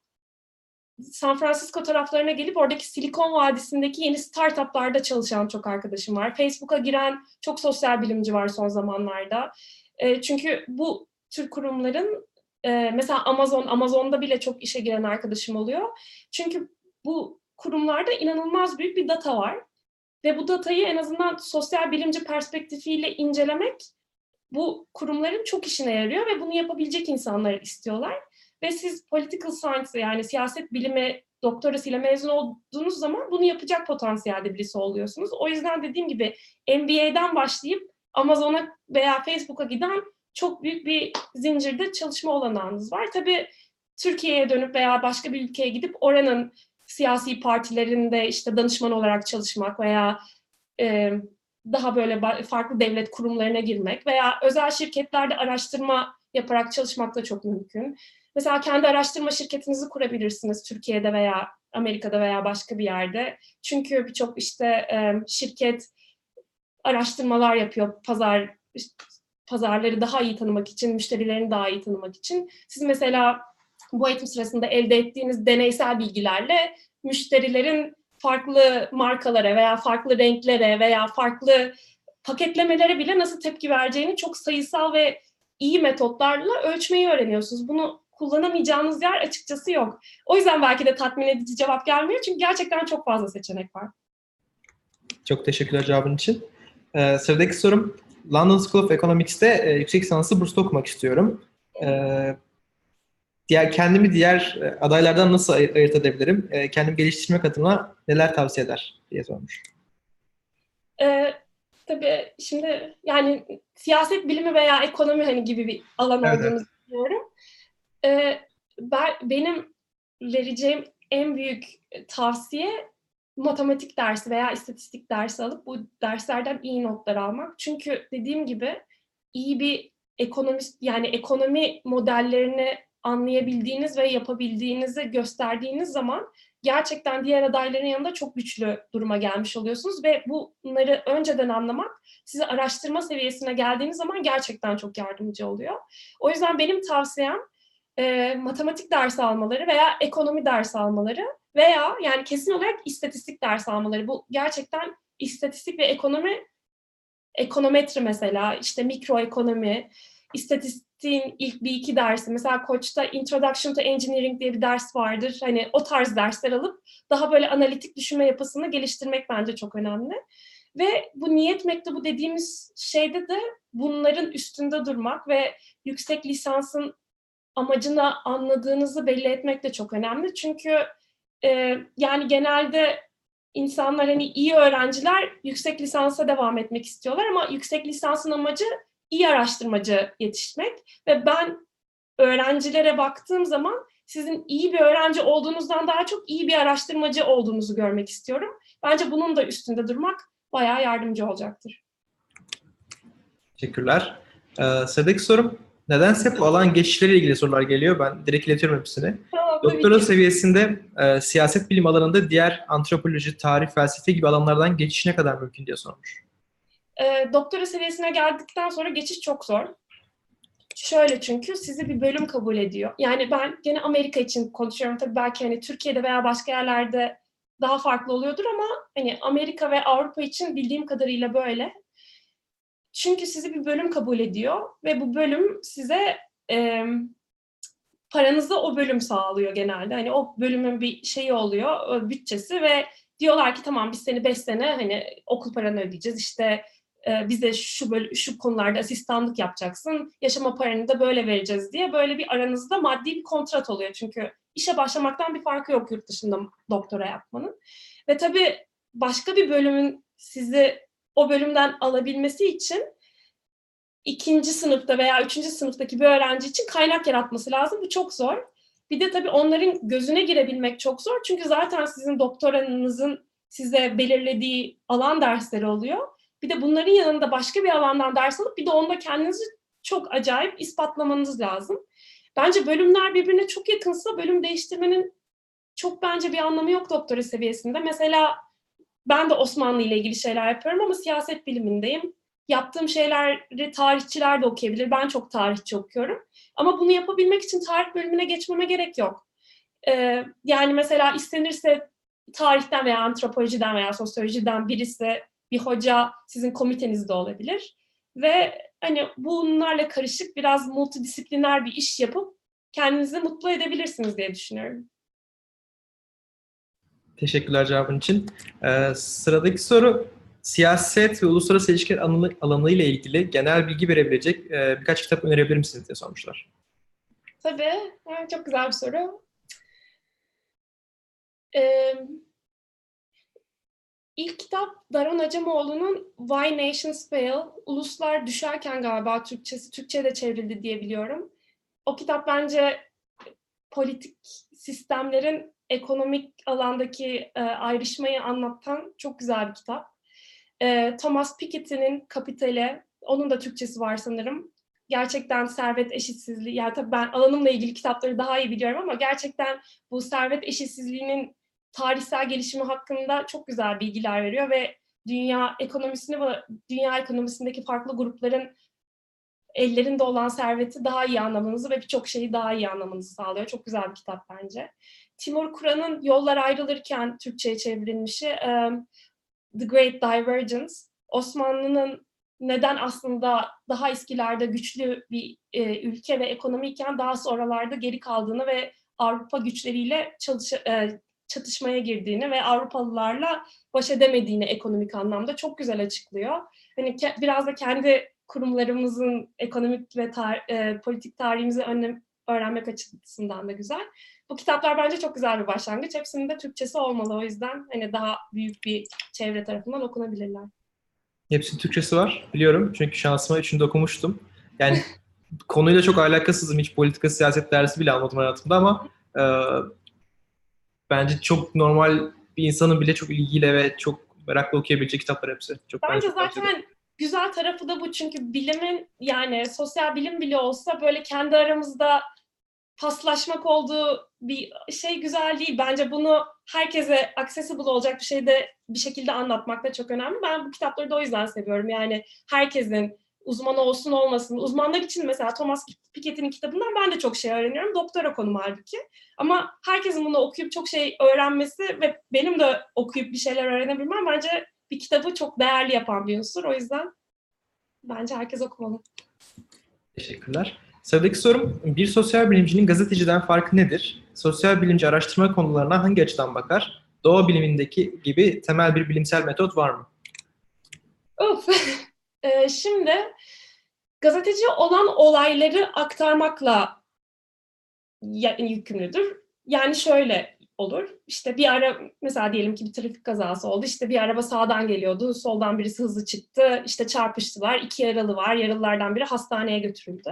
B: San Francisco taraflarına gelip oradaki Silikon Vadisi'ndeki yeni startuplarda çalışan çok arkadaşım var. Facebook'a giren çok sosyal bilimci var son zamanlarda. E, çünkü bu tür kurumların e, mesela Amazon, Amazon'da bile çok işe giren arkadaşım oluyor. Çünkü bu kurumlarda inanılmaz büyük bir data var. Ve bu datayı en azından sosyal bilimci perspektifiyle incelemek bu kurumların çok işine yarıyor ve bunu yapabilecek insanları istiyorlar. Ve siz political science yani siyaset bilimi doktorasıyla mezun olduğunuz zaman bunu yapacak potansiyelde birisi oluyorsunuz. O yüzden dediğim gibi M B A'den başlayıp Amazon'a veya Facebook'a giden çok büyük bir zincirde çalışma olanağınız var. Tabii Türkiye'ye dönüp veya başka bir ülkeye gidip oranın siyasi partilerinde işte danışman olarak çalışmak veya e, daha böyle farklı devlet kurumlarına girmek veya özel şirketlerde araştırma yaparak çalışmak da çok mümkün. Mesela kendi araştırma şirketinizi kurabilirsiniz Türkiye'de veya Amerika'da veya başka bir yerde. Çünkü birçok işte e, şirket araştırmalar yapıyor pazar pazarları daha iyi tanımak için, müşterilerini daha iyi tanımak için. Siz mesela bu eğitim sırasında elde ettiğiniz deneysel bilgilerle müşterilerin farklı markalara veya farklı renklere veya farklı paketlemelere bile nasıl tepki vereceğini çok sayısal ve iyi metotlarla ölçmeyi öğreniyorsunuz. Bunu kullanamayacağınız yer açıkçası yok. O yüzden belki de tatmin edici cevap gelmiyor. Çünkü gerçekten çok fazla seçenek var.
A: Çok teşekkürler cevabın için. Ee, sıradaki sorum, London School of Economics'te e, yüksek lisanslı burslu okumak istiyorum. Ee, diğer kendimi diğer e, adaylardan nasıl ay- ayırt edebilirim? E, kendimi geliştirmek adına neler tavsiye eder diye sormuş.
B: Ee, tabii şimdi yani siyaset bilimi veya ekonomi hani gibi bir alan
A: Evet,
B: olduğunu
A: evet.
B: düşünüyorum. Ee, ben, benim vereceğim en büyük tavsiye matematik dersi veya istatistik dersi alıp bu derslerden iyi notlar almak. Çünkü dediğim gibi iyi bir ekonomist yani ekonomi modellerini anlayabildiğiniz ve yapabildiğinizi gösterdiğiniz zaman gerçekten diğer adayların yanında çok güçlü duruma gelmiş oluyorsunuz ve bunları önceden anlamak size araştırma seviyesine geldiğiniz zaman gerçekten çok yardımcı oluyor. O yüzden benim tavsiyem e, matematik dersi almaları veya ekonomi dersi almaları veya yani kesin olarak istatistik dersi almaları. Bu gerçekten istatistik ve ekonomi, ekonometri mesela, işte mikroekonomi, istatistiğin ilk bir iki dersi. Mesela Koç'ta Introduction to Engineering diye bir ders vardır. Hani o tarz dersler alıp daha böyle analitik düşünme yapısını geliştirmek bence çok önemli. Ve bu niyet mektubu dediğimiz şeyde de bunların üstünde durmak ve yüksek lisansın amacını anladığınızı belli etmek de çok önemli. Çünkü e, yani genelde insanlar hani iyi öğrenciler yüksek lisansa devam etmek istiyorlar ama yüksek lisansın amacı iyi araştırmacı yetiştirmek ve ben öğrencilere baktığım zaman sizin iyi bir öğrenci olduğunuzdan daha çok iyi bir araştırmacı olduğunuzu görmek istiyorum. Bence bunun da üstünde durmak bayağı yardımcı olacaktır.
A: Teşekkürler. Ee, sıradaki sorum, nedense hep bu alan geçişleriyle ilgili sorular geliyor. Ben direkt iletiyorum hepsini.
B: Tamam, tabii
A: Doktora
B: ki.
A: seviyesinde e, siyaset bilim alanında diğer antropoloji, tarih, felsefe gibi alanlardan geçiş ne kadar mümkün diye sormuş.
B: E, doktora seviyesine geldikten sonra geçiş çok zor. Şöyle çünkü sizi bir bölüm kabul ediyor. Yani ben gene Amerika için konuşuyorum. Tabii belki hani Türkiye'de veya başka yerlerde daha farklı oluyordur ama hani Amerika ve Avrupa için bildiğim kadarıyla böyle. Çünkü sizi bir bölüm kabul ediyor ve bu bölüm size e, paranızı o bölüm sağlıyor genelde. Hani o bölümün bir şeyi oluyor, bütçesi ve diyorlar ki tamam biz seni beş sene hani okul paranı ödeyeceğiz. İşte e, bize şu böl- şu konularda asistanlık yapacaksın. Yaşama paranı da böyle vereceğiz diye böyle bir aranızda maddi bir kontrat oluyor. Çünkü işe başlamaktan bir farkı yok yurt dışında doktora yapmanın. Ve tabii başka bir bölümün sizi o bölümden alabilmesi için ikinci sınıfta veya üçüncü sınıftaki bir öğrenci için kaynak yaratması lazım. Bu çok zor. Bir de tabii onların gözüne girebilmek çok zor. Çünkü zaten sizin doktoranızın size belirlediği alan dersleri oluyor. Bir de bunların yanında başka bir alandan ders alıp bir de onda kendinizi çok acayip ispatlamanız lazım. Bence bölümler birbirine çok yakınsa bölüm değiştirmenin çok bence bir anlamı yok doktora seviyesinde. Mesela ben de Osmanlı ile ilgili şeyler yapıyorum ama siyaset bilimindeyim. Yaptığım şeyleri tarihçiler de okuyabilir. Ben çok tarihçi okuyorum. Ama bunu yapabilmek için tarih bölümüne geçmeme gerek yok. Ee, yani mesela istenirse tarihten veya antropolojiden veya sosyolojiden birisi, bir hoca sizin komitenizde olabilir. Ve hani bunlarla karışık biraz multidisipliner bir iş yapıp kendinizi mutlu edebilirsiniz diye düşünüyorum.
A: Teşekkürler cevabın için. Ee, sıradaki soru, siyaset ve uluslararası ilişkiler alanı, alanı ile ilgili genel bilgi verebilecek e, birkaç kitap önerebilir misiniz diye sormuşlar.
B: Tabii, yani çok güzel bir soru. Ee, ilk kitap Daron Acemoğlu'nun Why Nations Fail, Uluslar Düşerken galiba Türkçesi, Türkçe'ye de çevrildi diye biliyorum. O kitap bence politik sistemlerin ekonomik alandaki e, ayrışmayı anlatan çok güzel bir kitap. E, Thomas Piketty'nin Kapitali, onun da Türkçesi var sanırım. Gerçekten servet eşitsizliği, yani tabii ben alanımla ilgili kitapları daha iyi biliyorum ama gerçekten bu servet eşitsizliğinin tarihsel gelişimi hakkında çok güzel bilgiler veriyor ve dünya ekonomisini ve dünya ekonomisindeki farklı grupların ellerinde olan serveti daha iyi anlamanızı ve birçok şeyi daha iyi anlamanızı sağlıyor. Çok güzel bir kitap bence. Timur Kuran'ın Yollar Ayrılırken Türkçe'ye çevrilmişi um, The Great Divergence, Osmanlı'nın neden aslında daha eskilerde güçlü bir e, ülke ve ekonomiyken daha sonralarda geri kaldığını ve Avrupa güçleriyle çalış, e, çatışmaya girdiğini ve Avrupalılarla baş edemediğini ekonomik anlamda çok güzel açıklıyor. Hani ke- biraz da kendi kurumlarımızın ekonomik ve tar- e, politik tarihimizi önlem- öğrenmek açısından da güzel. Bu kitaplar bence çok güzel bir başlangıç. Hepsinin de Türkçesi olmalı. O yüzden hani daha büyük bir çevre tarafından okunabilirler.
A: Hepsinin Türkçesi var biliyorum. Çünkü şansıma üçünü de okumuştum. Yani konuyla çok alakasızım. Hiç politika, siyaset dersi bile almadım hayatımda ama e, bence çok normal bir insanın bile çok ilgiyle ve çok merakla okuyabileceği kitaplar hepsi. Çok, ben
B: Bence
A: çok tavsiye ederim.
B: zaten güzel tarafı da bu, çünkü bilimin, yani sosyal bilim bile olsa böyle kendi aramızda paslaşmak olduğu bir şey güzel değil. Bence bunu herkese accessible olacak bir şeyde bir şekilde anlatmak da çok önemli. Ben bu kitapları da o yüzden seviyorum. Yani herkesin uzman olsun olmasın. Uzmanlar için mesela Thomas Piketty'nin kitabından ben de çok şey öğreniyorum. Doktora konum halbuki. Ama herkesin bunu okuyup çok şey öğrenmesi ve benim de okuyup bir şeyler öğrenebilmem bence bir kitabı çok değerli yapan bir unsur. O yüzden bence herkes okumalı.
A: Teşekkürler. Sıradaki sorum, bir sosyal bilimcinin gazeteciden farkı nedir? Sosyal bilimci araştırma konularına hangi açıdan bakar? Doğa bilimindeki gibi temel bir bilimsel metot var mı?
B: Of. Ee, şimdi gazeteci olan olayları aktarmakla yükümlüdür. Yani şöyle olur. İşte bir ara mesela diyelim ki bir trafik kazası oldu. İşte bir araba sağdan geliyordu. Soldan birisi hızlı çıktı. İşte çarpıştılar. İki yaralı var. Yaralılardan biri hastaneye götürüldü.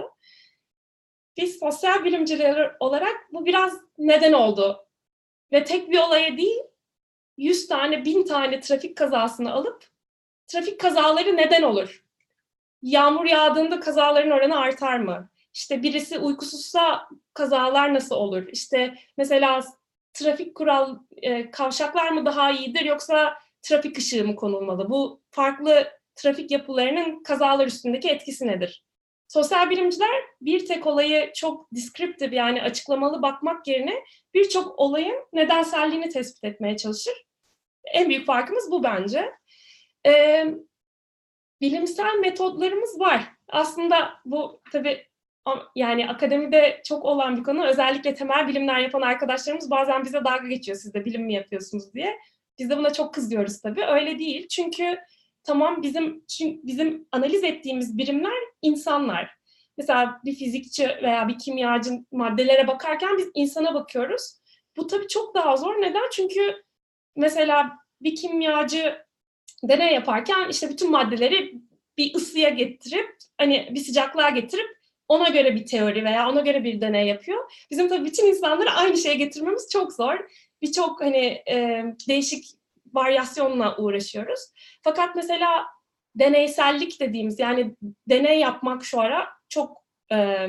B: Biz sosyal bilimciler olarak bu biraz neden oldu. Ve tek bir olaya değil, yüz tane, bin tane trafik kazasını alıp trafik kazaları neden olur? Yağmur yağdığında kazaların oranı artar mı? İşte birisi uykusuzsa kazalar nasıl olur? İşte mesela trafik kural, e, kavşaklar mı daha iyidir yoksa trafik ışığı mı konulmalı? Bu farklı trafik yapılarının kazalar üstündeki etkisi nedir? Sosyal bilimciler bir tek olayı çok descriptive, yani açıklamalı bakmak yerine birçok olayın nedenselliğini tespit etmeye çalışır. En büyük farkımız bu bence. Ee, Bilimsel metodlarımız var. Aslında bu tabii yani akademide çok olan bir konu. Özellikle temel bilimler yapan arkadaşlarımız bazen bize dalga geçiyor. Siz de bilim mi yapıyorsunuz diye. Biz de buna çok kızıyoruz tabii. Öyle değil. Çünkü tamam, bizim çünkü bizim analiz ettiğimiz birimler insanlar. Mesela bir fizikçi veya bir kimyacı maddelere bakarken biz insana bakıyoruz. Bu tabii çok daha zor. Neden? Çünkü mesela bir kimyacı deney yaparken işte bütün maddeleri bir ısıya getirip, hani bir sıcaklığa getirip ona göre bir teori veya ona göre bir deney yapıyor. Bizim tabii bütün insanları aynı şeye getirmemiz çok zor. Birçok hani e, değişik varyasyonla uğraşıyoruz. Fakat mesela deneysellik dediğimiz, yani deney yapmak şu ara çok e,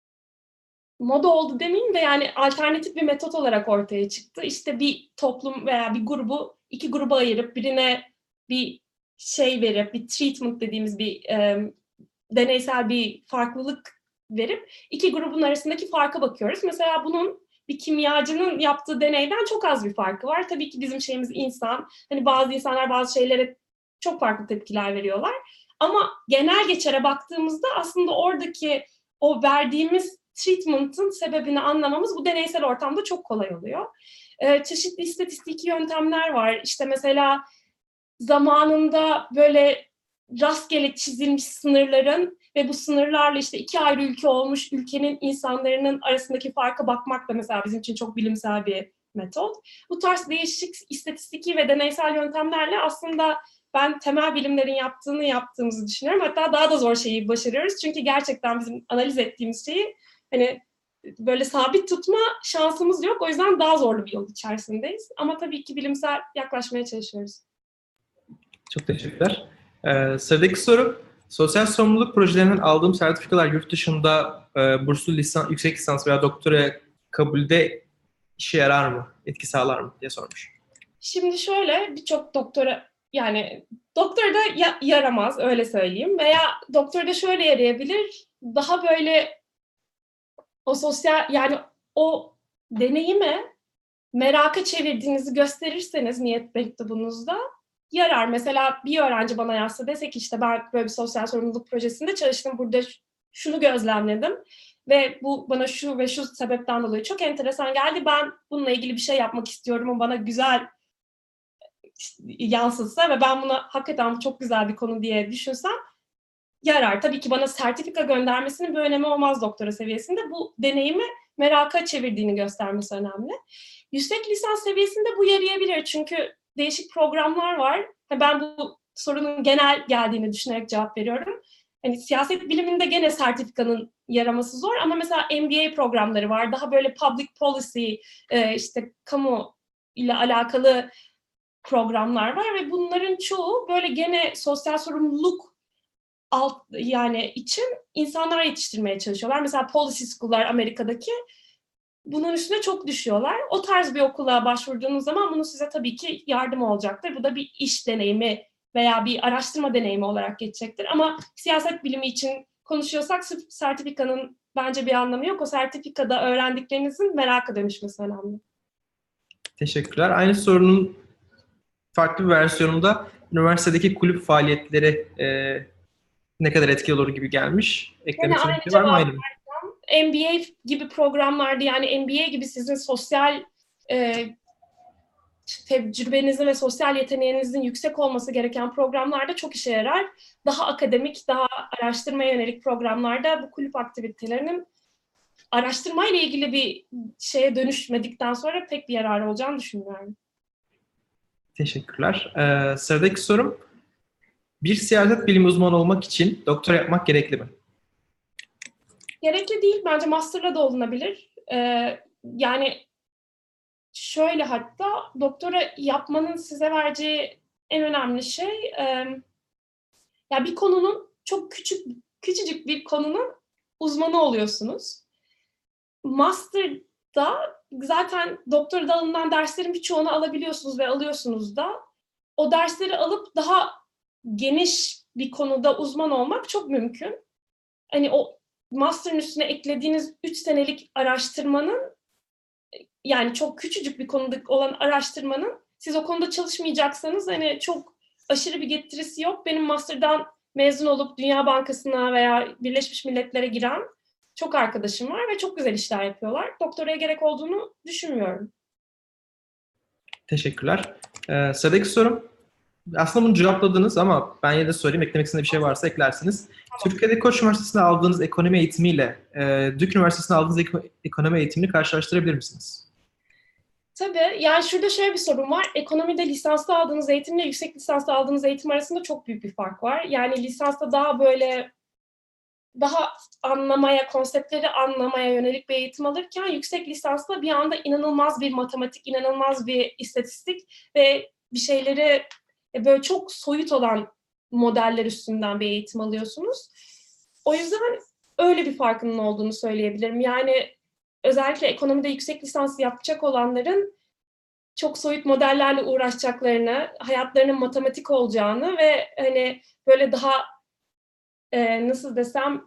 B: moda oldu demeyeyim de, yani alternatif bir metot olarak ortaya çıktı. İşte bir toplum veya bir grubu iki gruba ayırıp birine bir şey verip, bir treatment dediğimiz bir e, deneysel bir farklılık verip iki grubun arasındaki farka bakıyoruz. Mesela bunun bir kimyacının yaptığı deneyden çok az bir farkı var. Tabii ki bizim şeyimiz insan. Hani bazı insanlar bazı şeylere çok farklı tepkiler veriyorlar. Ama genel geçere baktığımızda aslında oradaki o verdiğimiz treatment'ın sebebini anlamamız bu deneysel ortamda çok kolay oluyor. Ee, çeşitli istatistiki yöntemler var. İşte mesela zamanında böyle rastgele çizilmiş sınırların ve bu sınırlarla işte iki ayrı ülke olmuş ülkenin insanların arasındaki farka bakmak da mesela bizim için çok bilimsel bir metot. Bu tarz değişik istatistiki ve deneysel yöntemlerle aslında ben temel bilimlerin yaptığını yaptığımızı düşünüyorum. Hatta daha da zor şeyi başarıyoruz. Çünkü gerçekten bizim analiz ettiğimiz şeyi hani böyle sabit tutma şansımız yok. O yüzden daha zorlu bir yol içerisindeyiz. Ama tabii ki bilimsel yaklaşmaya çalışıyoruz.
A: Çok teşekkürler. Ee, sıradaki soru, sosyal sorumluluk projelerinden aldığım sertifikalar yurt dışında e, burslu lisan, yüksek lisans veya doktora kabulde işe yarar mı, etki sağlar mı diye sormuş.
B: Şimdi şöyle, birçok doktora yani doktor da ya- yaramaz, öyle söyleyeyim. Veya doktor da şöyle yarayabilir, daha böyle o sosyal, yani o deneyime meraka çevirdiğinizi gösterirseniz niyet mektubunuzda yarar. Mesela bir öğrenci bana yazsa, desek işte ben böyle bir sosyal sorumluluk projesinde çalıştım, burada şunu gözlemledim ve bu bana şu ve şu sebepten dolayı çok enteresan geldi. Ben bununla ilgili bir şey yapmak istiyorum. O bana güzel yansıtsa ve ben buna hakikaten çok güzel bir konu diye düşünsem yarar. Tabii ki bana sertifika göndermesinin bir önemi olmaz doktora seviyesinde. Bu deneyimi meraka çevirdiğini göstermesi önemli. Yüksek lisans seviyesinde bu yarayabilir. Çünkü değişik programlar var. Ben bu sorunun genel geldiğini düşünerek cevap veriyorum. Hani siyaset biliminde gene sertifikanın yaraması zor ama mesela M B A programları var. Daha böyle public policy, işte kamu ile alakalı programlar var ve bunların çoğu böyle gene sosyal sorumluluk alt, yani için insanlar yetiştirmeye çalışıyorlar. Mesela policy school'lar Amerika'daki bunun üstüne çok düşüyorlar. O tarz bir okula başvurduğunuz zaman bunun size tabii ki yardım olacaktır. Bu da bir iş deneyimi veya bir araştırma deneyimi olarak geçecektir. Ama siyaset bilimi için konuşuyorsak sertifikanın bence bir anlamı yok. O sertifikada öğrendiklerinizin meraka dönüşmesi önemli.
A: Teşekkürler. Aynı sorunun farklı bir versiyonunda üniversitedeki kulüp faaliyetleri e, ne kadar etkili olur gibi gelmiş. Eklemek
B: Yine
A: istediğiniz
B: aynı
A: bir şey var mı?
B: cevap
A: Aynı mı?
B: M B A gibi programlarda, yani M B A gibi sizin sosyal e, tecrübenizin ve sosyal yeteneğinizin yüksek olması gereken programlarda çok işe yarar. Daha akademik, daha araştırmaya yönelik programlarda bu kulüp aktivitelerinin araştırmayla ilgili bir şeye dönüşmedikten sonra pek bir yararı olacağını düşünmüyorum.
A: Teşekkürler. Ee, sıradaki sorum, bir siyaset bilimi uzmanı olmak için doktora yapmak gerekli mi?
B: Gerekli değil. Bence master'la da olunabilir. Ee, yani şöyle, hatta doktora yapmanın size vereceği en önemli şey, e, ya bir konunun çok küçük, küçücük bir konunun uzmanı oluyorsunuz. Master'da zaten doktora alınan derslerin birçoğunu alabiliyorsunuz ve alıyorsunuz da. O dersleri alıp daha geniş bir konuda uzman olmak çok mümkün. Hani o master'ın üstüne eklediğiniz üç senelik araştırmanın, yani çok küçücük bir konuda olan araştırmanın, siz o konuda çalışmayacaksanız hani çok aşırı bir getirisi yok. Benim master'dan mezun olup Dünya Bankası'na veya Birleşmiş Milletler'e giren çok arkadaşım var ve çok güzel işler yapıyorlar. Doktoraya gerek olduğunu düşünmüyorum.
A: Teşekkürler. Ee, sıradaki sorum, aslında bunu cevapladınız ama ben yine de sorayım, eklemek istediğiniz bir şey varsa eklersiniz. Türkiye'de Koç Üniversitesi'nde aldığınız ekonomi eğitimiyle e, Dük Üniversitesi'nde aldığınız ek- ekonomi eğitimini karşılaştırabilir misiniz?
B: Tabii, yani şurada şöyle bir sorun var. Ekonomide lisansta aldığınız eğitimle yüksek lisansta aldığınız eğitim arasında çok büyük bir fark var. Yani lisansta daha böyle daha anlamaya, konseptleri anlamaya yönelik bir eğitim alırken yüksek lisansla bir anda inanılmaz bir matematik, inanılmaz bir istatistik ve bir şeyleri böyle çok soyut olan modeller üstünden bir eğitim alıyorsunuz. O yüzden öyle bir farkının olduğunu söyleyebilirim. Yani özellikle ekonomide yüksek lisans yapacak olanların çok soyut modellerle uğraşacaklarını, hayatlarının matematik olacağını ve hani böyle daha e, nasıl desem,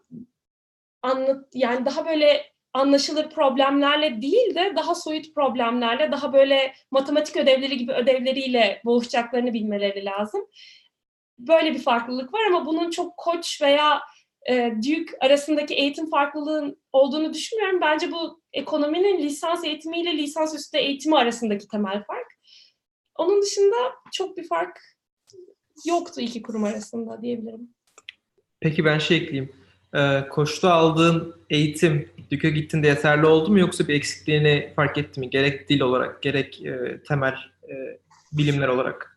B: anlat, yani daha böyle anlaşılır problemlerle değil de daha soyut problemlerle, daha böyle matematik ödevleri gibi ödevleriyle boğuşacaklarını bilmeleri lazım. Böyle bir farklılık var ama bunun çok Koç veya e, Duke arasındaki eğitim farklılığın olduğunu düşünmüyorum. Bence bu ekonominin lisans eğitimiyle lisansüstü eğitimi arasındaki temel fark. Onun dışında çok bir fark yoktu iki kurum arasında diyebilirim.
A: Peki ben şey ekleyeyim. Ee, Koç'ta aldığın eğitim Dük'e gittiğinde yeterli oldu mu yoksa bir eksikliğini fark etti mi? Gerek dil olarak, gerek e, temel e, bilimler olarak.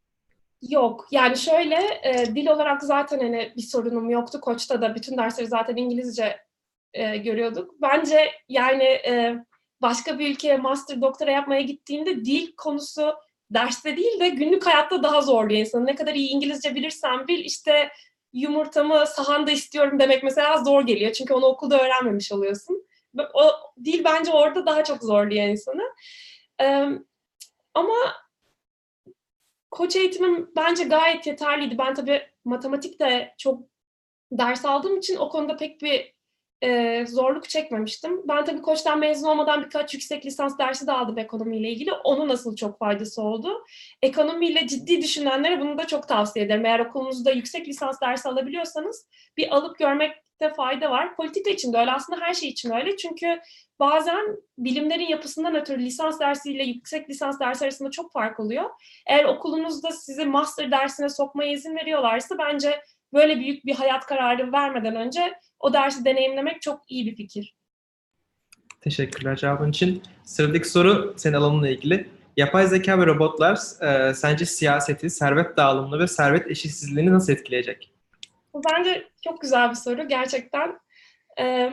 B: Yok. Yani şöyle, e, dil olarak zaten hani bir sorunum yoktu. Koç'ta da bütün dersleri zaten İngilizce e, görüyorduk. Bence yani e, başka bir ülkeye master doktora yapmaya gittiğinde dil konusu derste değil de günlük hayatta daha zorluyor insanı. Ne kadar iyi İngilizce bilirsen bil, işte yumurtamı sahanda istiyorum demek mesela zor geliyor. Çünkü onu okulda öğrenmemiş oluyorsun. O dil bence orada daha çok zorluyor insanı. E, ama Koç eğitimim bence gayet yeterliydi. Ben tabii matematikte çok ders aldığım için o konuda pek bir e, zorluk çekmemiştim. Ben tabii Koç'tan mezun olmadan birkaç yüksek lisans dersi de aldım ekonomiyle ilgili. Onun nasıl çok faydası oldu. Ekonomiyle ciddi düşünenlere bunu da çok tavsiye ederim. Eğer okulunuzda yüksek lisans dersi alabiliyorsanız bir alıp görmekte fayda var. Politika için de öyle, aslında her şey için öyle. Çünkü bazen bilimlerin yapısından ötürü lisans dersiyle yüksek lisans dersi arasında çok fark oluyor. Eğer okulunuzda sizi master dersine sokmaya izin veriyorlarsa bence böyle büyük bir hayat kararı vermeden önce o dersi deneyimlemek çok iyi bir fikir.
A: Teşekkürler cevabın için. Sıradaki soru senin alanınla ilgili. Yapay zeka ve robotlar e, sence siyaseti, servet dağılımını ve servet eşitsizliğini nasıl etkileyecek?
B: Bu bence çok güzel bir soru gerçekten. Ee,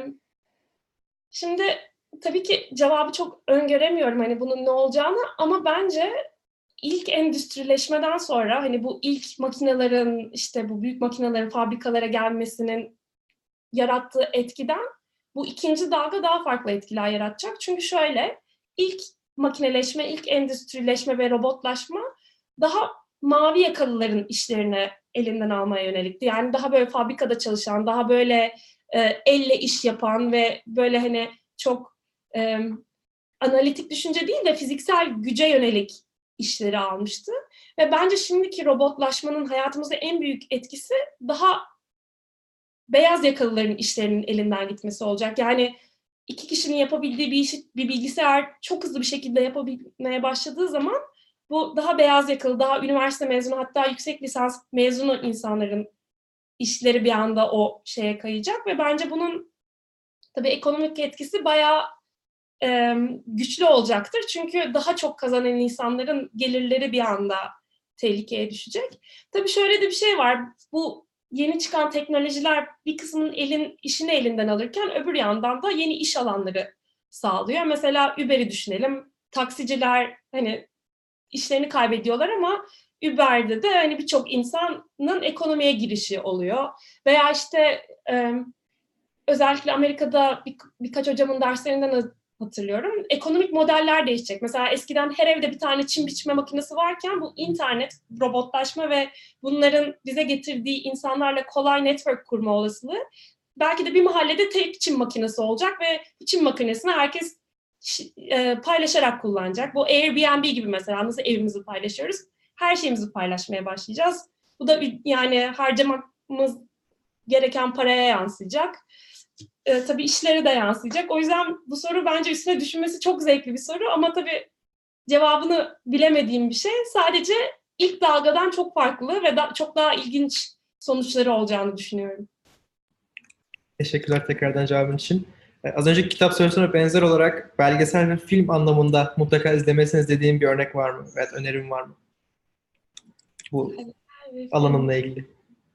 B: şimdi tabii ki cevabı çok öngöremiyorum hani bunun ne olacağını, ama bence ilk endüstrileşmeden sonra hani bu ilk makinelerin, işte bu büyük makinelerin fabrikalara gelmesinin yarattığı etkiden bu ikinci dalga daha farklı etkiler yaratacak. Çünkü şöyle, ilk makineleşme, ilk endüstrileşme ve robotlaşma daha mavi yakalıların işlerini elinden almaya yönelikti. Yani daha böyle fabrikada çalışan, daha böyle e, elle iş yapan ve böyle hani çok e, analitik düşünce değil de fiziksel güce yönelik işleri almıştı. Ve bence şimdiki robotlaşmanın hayatımızda en büyük etkisi daha beyaz yakalıların işlerinin elinden gitmesi olacak. Yani iki kişinin yapabildiği bir işi bir bilgisayar çok hızlı bir şekilde yapabilmeye başladığı zaman bu daha beyaz yakalı, daha üniversite mezunu, hatta yüksek lisans mezunu insanların işleri bir anda o şeye kayacak ve bence bunun tabii ekonomik etkisi bayağı e, güçlü olacaktır. Çünkü daha çok kazanan insanların gelirleri bir anda tehlikeye düşecek. Tabii şöyle de bir şey var. Bu yeni çıkan teknolojiler bir kısmının elin işini elinden alırken öbür yandan da yeni iş alanları sağlıyor. Mesela Uber'i düşünelim. Taksiciler hani işlerini kaybediyorlar ama Uber'de de hani birçok insanın ekonomiye girişi oluyor. Veya işte e, özellikle Amerika'da bir, birkaç hocamın derslerinden hatırlıyorum. Ekonomik modeller değişecek. Mesela eskiden her evde bir tane çim biçme makinesi varken bu internet, robotlaşma ve bunların bize getirdiği insanlarla kolay network kurma olasılığı, belki de bir mahallede tek çim makinesi olacak ve bu çim makinesini herkes e, paylaşarak kullanacak. Bu Airbnb gibi mesela, nasıl evimizi paylaşıyoruz? Her şeyimizi paylaşmaya başlayacağız. Bu da bir, yani harcamamız gereken paraya yansıyacak. E, tabii işleri de yansıyacak. O yüzden bu soru bence üstüne düşünmesi çok zevkli bir soru ama tabii cevabını bilemediğim bir şey. Sadece ilk dalgadan çok farklı ve da, çok daha ilginç sonuçları olacağını düşünüyorum.
A: Teşekkürler tekrardan cevabın için. E, az önceki kitap sorusuna benzer olarak belgesel ve film anlamında mutlaka izlemesiniz dediğim bir örnek var mı? Evet, önerim var mı? Bu
B: Evet,
A: alanımla ilgili.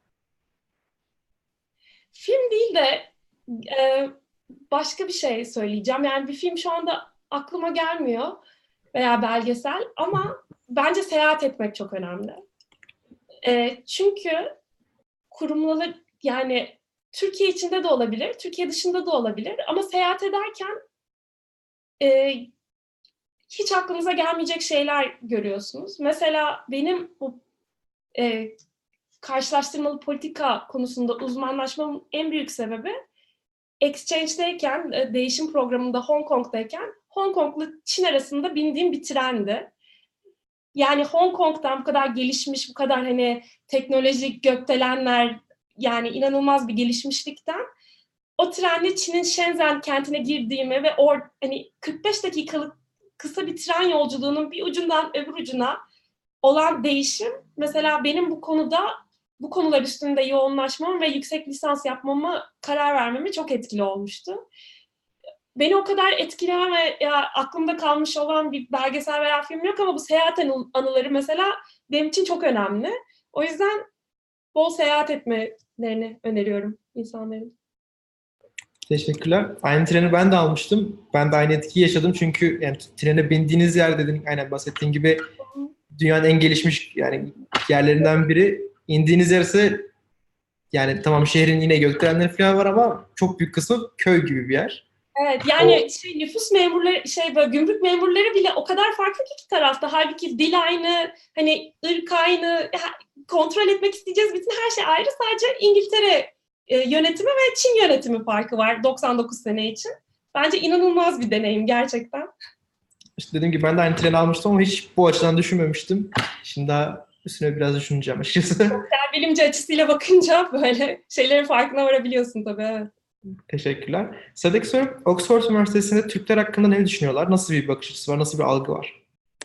B: film değil de e, başka bir şey söyleyeceğim. Yani bir film şu anda aklıma gelmiyor veya belgesel, ama bence seyahat etmek çok önemli. E, çünkü kurumları, yani Türkiye içinde de olabilir, Türkiye dışında da olabilir, ama seyahat ederken e, hiç aklınıza gelmeyecek şeyler görüyorsunuz. Mesela benim bu e, karşılaştırmalı politika konusunda uzmanlaşmamın en büyük sebebi, Exchange'deyken, e, değişim programında Hong Kong'dayken Hong Kong'la Çin arasında bindiğim bir trendi. Yani Hong Kong'dan bu kadar gelişmiş, bu kadar hani teknolojik gökdelenler, yani inanılmaz bir gelişmişlikten o trenle Çin'in Shenzhen kentine girdiğimi ve or hani kırk beş dakikalık kısa bir tren yolculuğunun bir ucundan öbür ucuna olan değişim, mesela benim bu konuda bu konular üstünde yoğunlaşmam ve yüksek lisans yapmama karar vermeme çok etkili olmuştu. Beni o kadar etkileyen ve ya, aklımda kalmış olan bir belgesel veya film yok, ama bu seyahat anıları mesela benim için çok önemli. O yüzden bol seyahat etmelerini öneriyorum insanların.
A: Teşekkürler. Aynı treni ben de almıştım. Ben de aynı etkiyi yaşadım çünkü yani trene bindiğiniz yer dedin, aynen bahsettiğin gibi dünyanın en gelişmiş yani yerlerinden biri. İndiğiniz yer ise yani tamam şehrin yine gökdelenleri falan var ama çok büyük kısmı köy gibi bir yer.
B: Evet, yani şey, nüfus memurları, şey böyle gümrük memurları bile o kadar farklı ki iki tarafta. Halbuki dil aynı, hani ırk aynı, kontrol etmek isteyeceğiz bütün her şey ayrı. Sadece İngiltere e, yönetimi ve Çin yönetimi farkı var doksan dokuz sene için. Bence inanılmaz bir deneyim gerçekten.
A: İşte dediğim gibi ben de aynı treni almıştım ama hiç bu açıdan düşünmemiştim. Şimdi daha üstüne biraz düşüneceğim açıkçası.
B: Sosyal bilimci açısıyla bakınca böyle şeylerin farkına varabiliyorsun tabii. Evet.
A: Teşekkürler. Sıradaki soru, Oxford Üniversitesi'nde Türkler hakkında ne düşünüyorlar? Nasıl bir bakış açısı var? Nasıl bir algı var?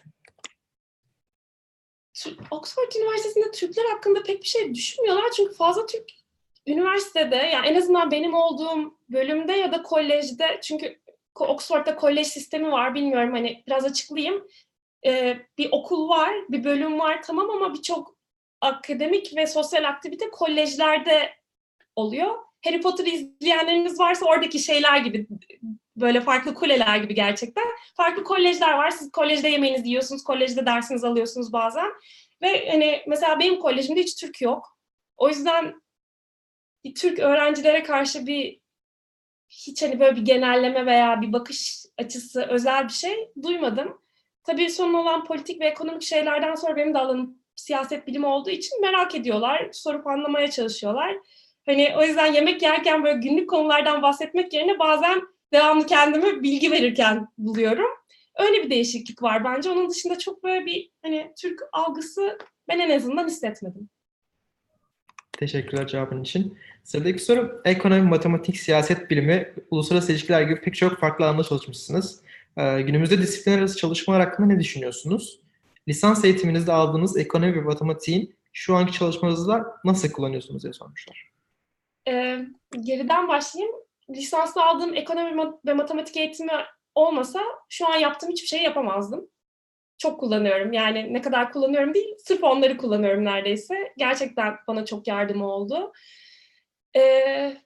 B: Oxford Üniversitesi'nde Türkler hakkında pek bir şey düşünmüyorlar çünkü fazla Türk üniversitede, yani en azından benim olduğum bölümde ya da kolejde, çünkü Oxford'da kolej sistemi var, bilmiyorum, hani biraz açıklayayım. Ee, bir okul var, bir bölüm var, tamam, ama birçok akademik ve sosyal aktivite kolejlerde oluyor. Harry Potter izleyenleriniz varsa oradaki şeyler gibi, böyle farklı kuleler gibi gerçekten. Farklı kolejler var. Siz kolejde yemeğinizi yiyorsunuz, kolejde dersinizi alıyorsunuz bazen. Ve hani mesela benim kolejimde hiç Türk yok. O yüzden bir Türk öğrencilere karşı bir hiç hani böyle bir genelleme veya bir bakış açısı, özel bir şey duymadım. Tabii son olan politik ve ekonomik şeylerden sonra benim de alanım siyaset bilimi olduğu için merak ediyorlar, sorup anlamaya çalışıyorlar. Hani o yüzden yemek yerken böyle günlük konulardan bahsetmek yerine bazen devamlı kendime bilgi verirken buluyorum. Öyle bir değişiklik var bence. Onun dışında çok böyle bir hani Türk algısı ben en azından hissetmedim.
A: Teşekkürler cevabın için. Sıradaki soru, ekonomi, matematik, siyaset bilimi, uluslararası ilişkiler gibi pek çok farklı alanda çalışmışsınız. Ee, günümüzde disiplinler arası çalışmalar hakkında ne düşünüyorsunuz? Lisans eğitiminizde aldığınız ekonomi ve matematiğin şu anki çalışmanızda nasıl kullanıyorsunuz diye sormuşlar.
B: Ee, geriden başlayayım. Lisanslı aldığım ekonomi ve matematik eğitimi olmasa şu an yaptığım hiçbir şey yapamazdım. Çok kullanıyorum. Yani ne kadar kullanıyorum değil, sırf onları kullanıyorum neredeyse. Gerçekten bana çok yardımı oldu. Ee,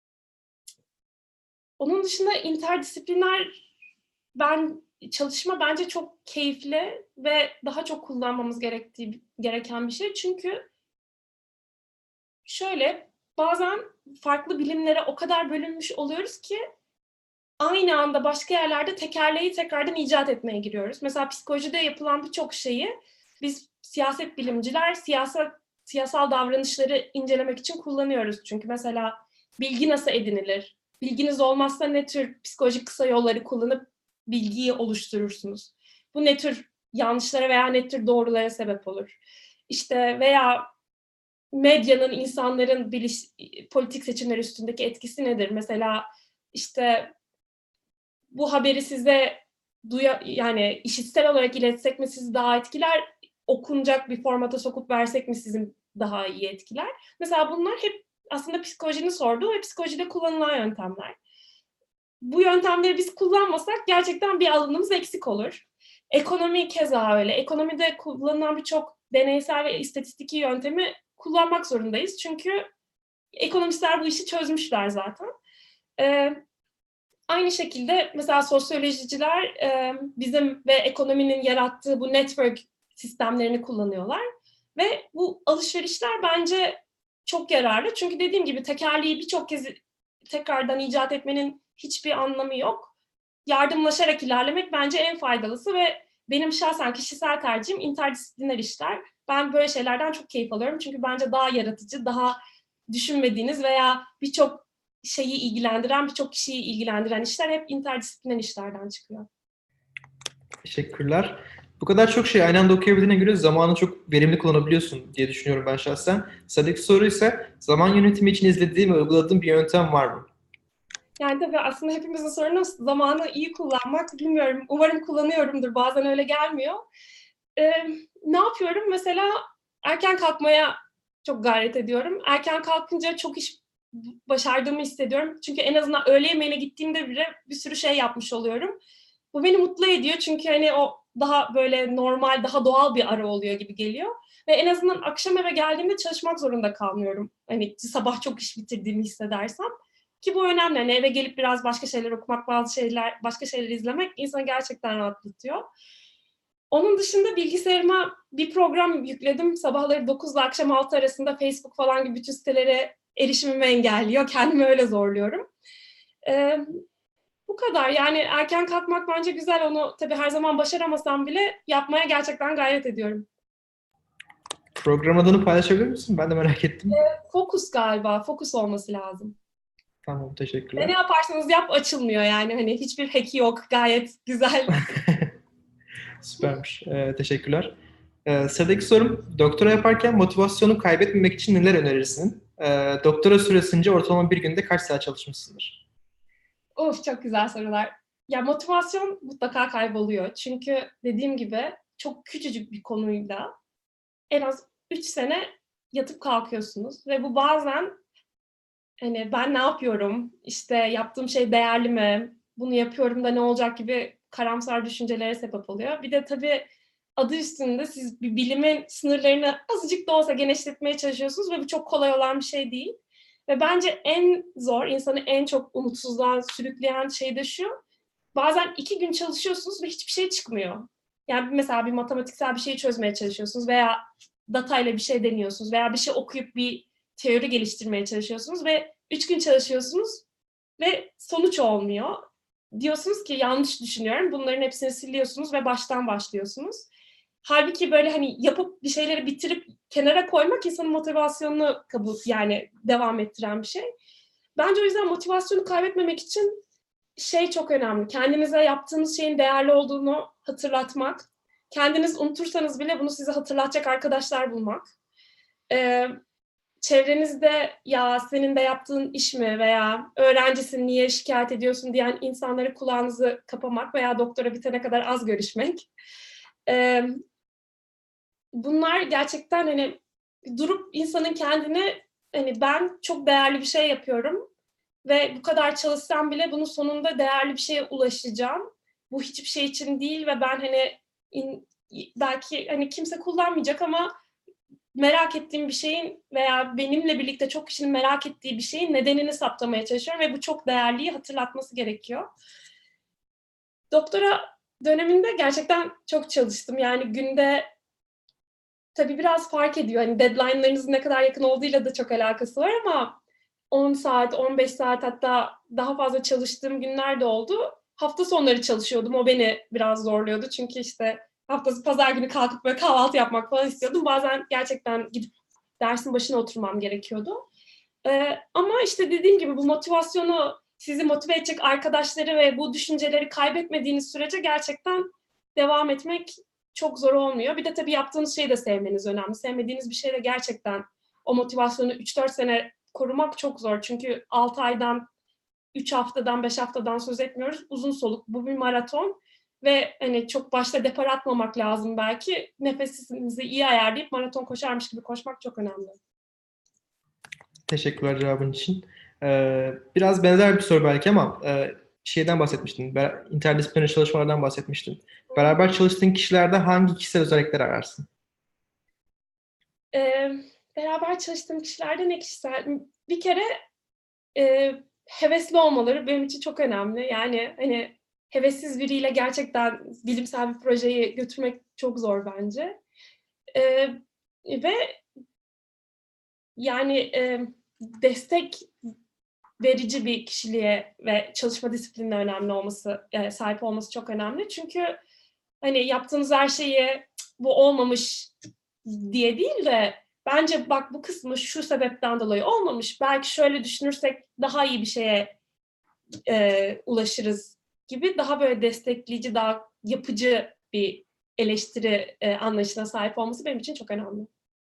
B: onun dışında interdisipliner ben çalışma bence çok keyifli ve daha çok kullanmamız gerektiği gereken bir şey. Çünkü şöyle, bazen farklı bilimlere o kadar bölünmüş oluyoruz ki aynı anda başka yerlerde tekerleği tekrardan icat etmeye giriyoruz. Mesela psikolojide yapılan birçok şeyi biz siyaset bilimciler siyasal, siyasal davranışları incelemek için kullanıyoruz. Çünkü mesela bilgi nasıl edinilir? Bilginiz olmazsa ne tür psikolojik kısa yolları kullanıp bilgiyi oluşturursunuz? Bu ne tür yanlışlara veya ne tür doğrulara sebep olur? İşte veya medyanın insanların biliş, politik seçimler üstündeki etkisi nedir? Mesela işte bu haberi size duya, yani işitsel olarak iletsek mi sizi daha etkiler, okunacak bir formata sokup versek mi sizin daha iyi etkiler? Mesela bunlar hep aslında psikolojinin sorduğu ve psikolojide kullanılan yöntemler. Bu yöntemleri biz kullanmasak gerçekten bir alanımız eksik olur. Ekonomi keza öyle. Ekonomide kullanılan birçok deneysel ve istatistiki yöntemi kullanmak zorundayız. Çünkü ekonomistler bu işi çözmüşler zaten. Ee, Aynı şekilde mesela sosyolojiciler e, bizim ve ekonominin yarattığı bu network sistemlerini kullanıyorlar. Ve bu alışverişler bence çok yararlı. Çünkü dediğim gibi tekerleği birçok kez tekrardan icat etmenin hiçbir anlamı yok. Yardımlaşarak ilerlemek bence en faydalısı ve benim şahsen kişisel tercihim interdisipliner işler. Ben böyle şeylerden çok keyif alıyorum. Çünkü bence daha yaratıcı, daha düşünmediğiniz veya birçok şeyi ilgilendiren, birçok kişiyi ilgilendiren işler hep interdisipliner işlerden çıkıyor.
A: Teşekkürler. Bu kadar çok şey aynı anda okuyabildiğine göre zamanı çok verimli kullanabiliyorsun diye düşünüyorum ben şahsen. Sıradaki soru ise zaman yönetimi için izlediğim ve uyguladığım bir yöntem var mı?
B: Yani tabii aslında hepimizin sorunu zamanı iyi kullanmak. Bilmiyorum, umarım kullanıyorumdur. Bazen öyle gelmiyor. Ee, ne yapıyorum? Mesela erken kalkmaya çok gayret ediyorum. Erken kalkınca çok iş başardığımı hissediyorum. Çünkü en azından öğle yemeğine gittiğimde bile bir sürü şey yapmış oluyorum. Bu beni mutlu ediyor çünkü hani o daha böyle normal, daha doğal bir ara oluyor gibi geliyor. Ve en azından akşam eve geldiğimde çalışmak zorunda kalmıyorum. Hani sabah çok iş bitirdiğimi hissedersem. Ki bu önemli. Hani eve gelip biraz başka şeyler okumak, bazı şeyler, başka şeyler izlemek insanı gerçekten rahatlatıyor. Onun dışında bilgisayarıma bir program yükledim. Sabahları dokuz ile akşam altı arasında Facebook falan gibi bütün sitelere erişimimi engelliyor. Kendimi öyle zorluyorum. Ee, Bu kadar. Yani erken kalkmak bence güzel. Onu tabii her zaman başaramasam bile yapmaya gerçekten gayret ediyorum.
A: Program adını paylaşabilir misin? Ben de merak ettim.
B: Fokus galiba. Fokus olması lazım.
A: Tamam,
B: Ve ne
A: teşekkürler.
B: yaparsanız yap açılmıyor yani. Hani hiçbir hack'i yok. Gayet güzel.
A: Süpermiş. Ee, teşekkürler. Ee, sıradaki sorum, doktora yaparken motivasyonu kaybetmemek için neler önerirsin? Ee, doktora süresince ortalama bir günde kaç saat çalışmışsındır?
B: Of, çok güzel sorular. Ya motivasyon mutlaka kayboluyor. Çünkü dediğim gibi çok küçücük bir konuyla en az üç sene yatıp kalkıyorsunuz. Ve bu bazen hani ben ne yapıyorum, işte yaptığım şey değerli mi, bunu yapıyorum da ne olacak gibi karamsar düşüncelere sebep oluyor. Bir de tabii adı üstünde siz bir bilimin sınırlarını azıcık da olsa genişletmeye çalışıyorsunuz ve bu çok kolay olan bir şey değil. Ve bence en zor, insanı en çok umutsuzluğa sürükleyen şey de şu: bazen iki gün çalışıyorsunuz ve hiçbir şey çıkmıyor. Yani mesela bir matematiksel bir şeyi çözmeye çalışıyorsunuz veya datayla bir şey deniyorsunuz veya bir şey okuyup bir teori geliştirmeye çalışıyorsunuz ve üç gün çalışıyorsunuz ve sonuç olmuyor. Diyorsunuz ki yanlış düşünüyorum. Bunların hepsini siliyorsunuz ve baştan başlıyorsunuz. Halbuki böyle hani yapıp bir şeyleri bitirip kenara koymak insanın motivasyonunu kabul yani devam ettiren bir şey. Bence o yüzden motivasyonu kaybetmemek için şey çok önemli. Kendinize yaptığınız şeyin değerli olduğunu hatırlatmak. Kendiniz unutursanız bile bunu size hatırlatacak arkadaşlar bulmak. Ee, Çevrenizde ya senin de yaptığın iş mi veya öğrencisin niye şikayet ediyorsun diyen insanları kulağınızı kapamak veya doktora bitene kadar az görüşmek. Ee, Bunlar gerçekten hani durup insanın kendine hani ben çok değerli bir şey yapıyorum ve bu kadar çalışsam bile bunun sonunda değerli bir şeye ulaşacağım. Bu hiçbir şey için değil ve ben hani in, belki hani kimse kullanmayacak ama merak ettiğim bir şeyin veya benimle birlikte çok kişinin merak ettiği bir şeyin nedenini saptamaya çalışıyorum ve bu çok değerliyi hatırlatması gerekiyor. Doktora döneminde gerçekten çok çalıştım. Yani günde tabii biraz fark ediyor. Hani deadline'larınızın ne kadar yakın olduğuyla da çok alakası var ama on saat, on beş saat hatta daha fazla çalıştığım günler de oldu. Hafta sonları çalışıyordum. O beni biraz zorluyordu. Çünkü işte haftası pazar günü kalkıp böyle kahvaltı yapmak falan istiyordum. Bazen gerçekten gidip dersin başına oturmam gerekiyordu. Ee, ama işte dediğim gibi bu motivasyonu, sizi motive edecek arkadaşları ve bu düşünceleri kaybetmediğiniz sürece gerçekten devam etmek çok zor olmuyor. Bir de tabii yaptığınız şeyi de sevmeniz önemli. Sevmediğiniz bir şeyde gerçekten o motivasyonu üç dört sene korumak çok zor. Çünkü altı aydan, üç haftadan, beş haftadan söz etmiyoruz. Uzun soluk. Bu bir maraton ve hani çok başta depar atmamak lazım belki. Nefesinizi iyi ayarlayıp maraton koşarmış gibi koşmak çok önemli.
A: Teşekkürler cevabın için. Ee, biraz benzer bir soru belki ama e, şeyden bahsetmiştin. Be- interdisipliner çalışmalardan bahsetmiştin. Beraber çalıştığın kişilerde hangi kişisel özellikleri ararsın?
B: Ee, Beraber çalıştığım kişilerde ne kişisel? Bir kere e, hevesli olmaları benim için çok önemli. Yani hani hevessiz biriyle gerçekten bilimsel bir projeyi götürmek çok zor bence. Ee, Ve yani e, destek verici bir kişiliğe ve çalışma disiplinine önemli olması, e, sahip olması çok önemli. Çünkü hani yaptığınız her şeyi bu olmamış diye değil de bence bak bu kısmı şu sebepten dolayı olmamış. Belki şöyle düşünürsek daha iyi bir şeye e, ulaşırız gibi daha böyle destekleyici, daha yapıcı bir eleştiri e, anlayışına sahip olması benim için çok önemli.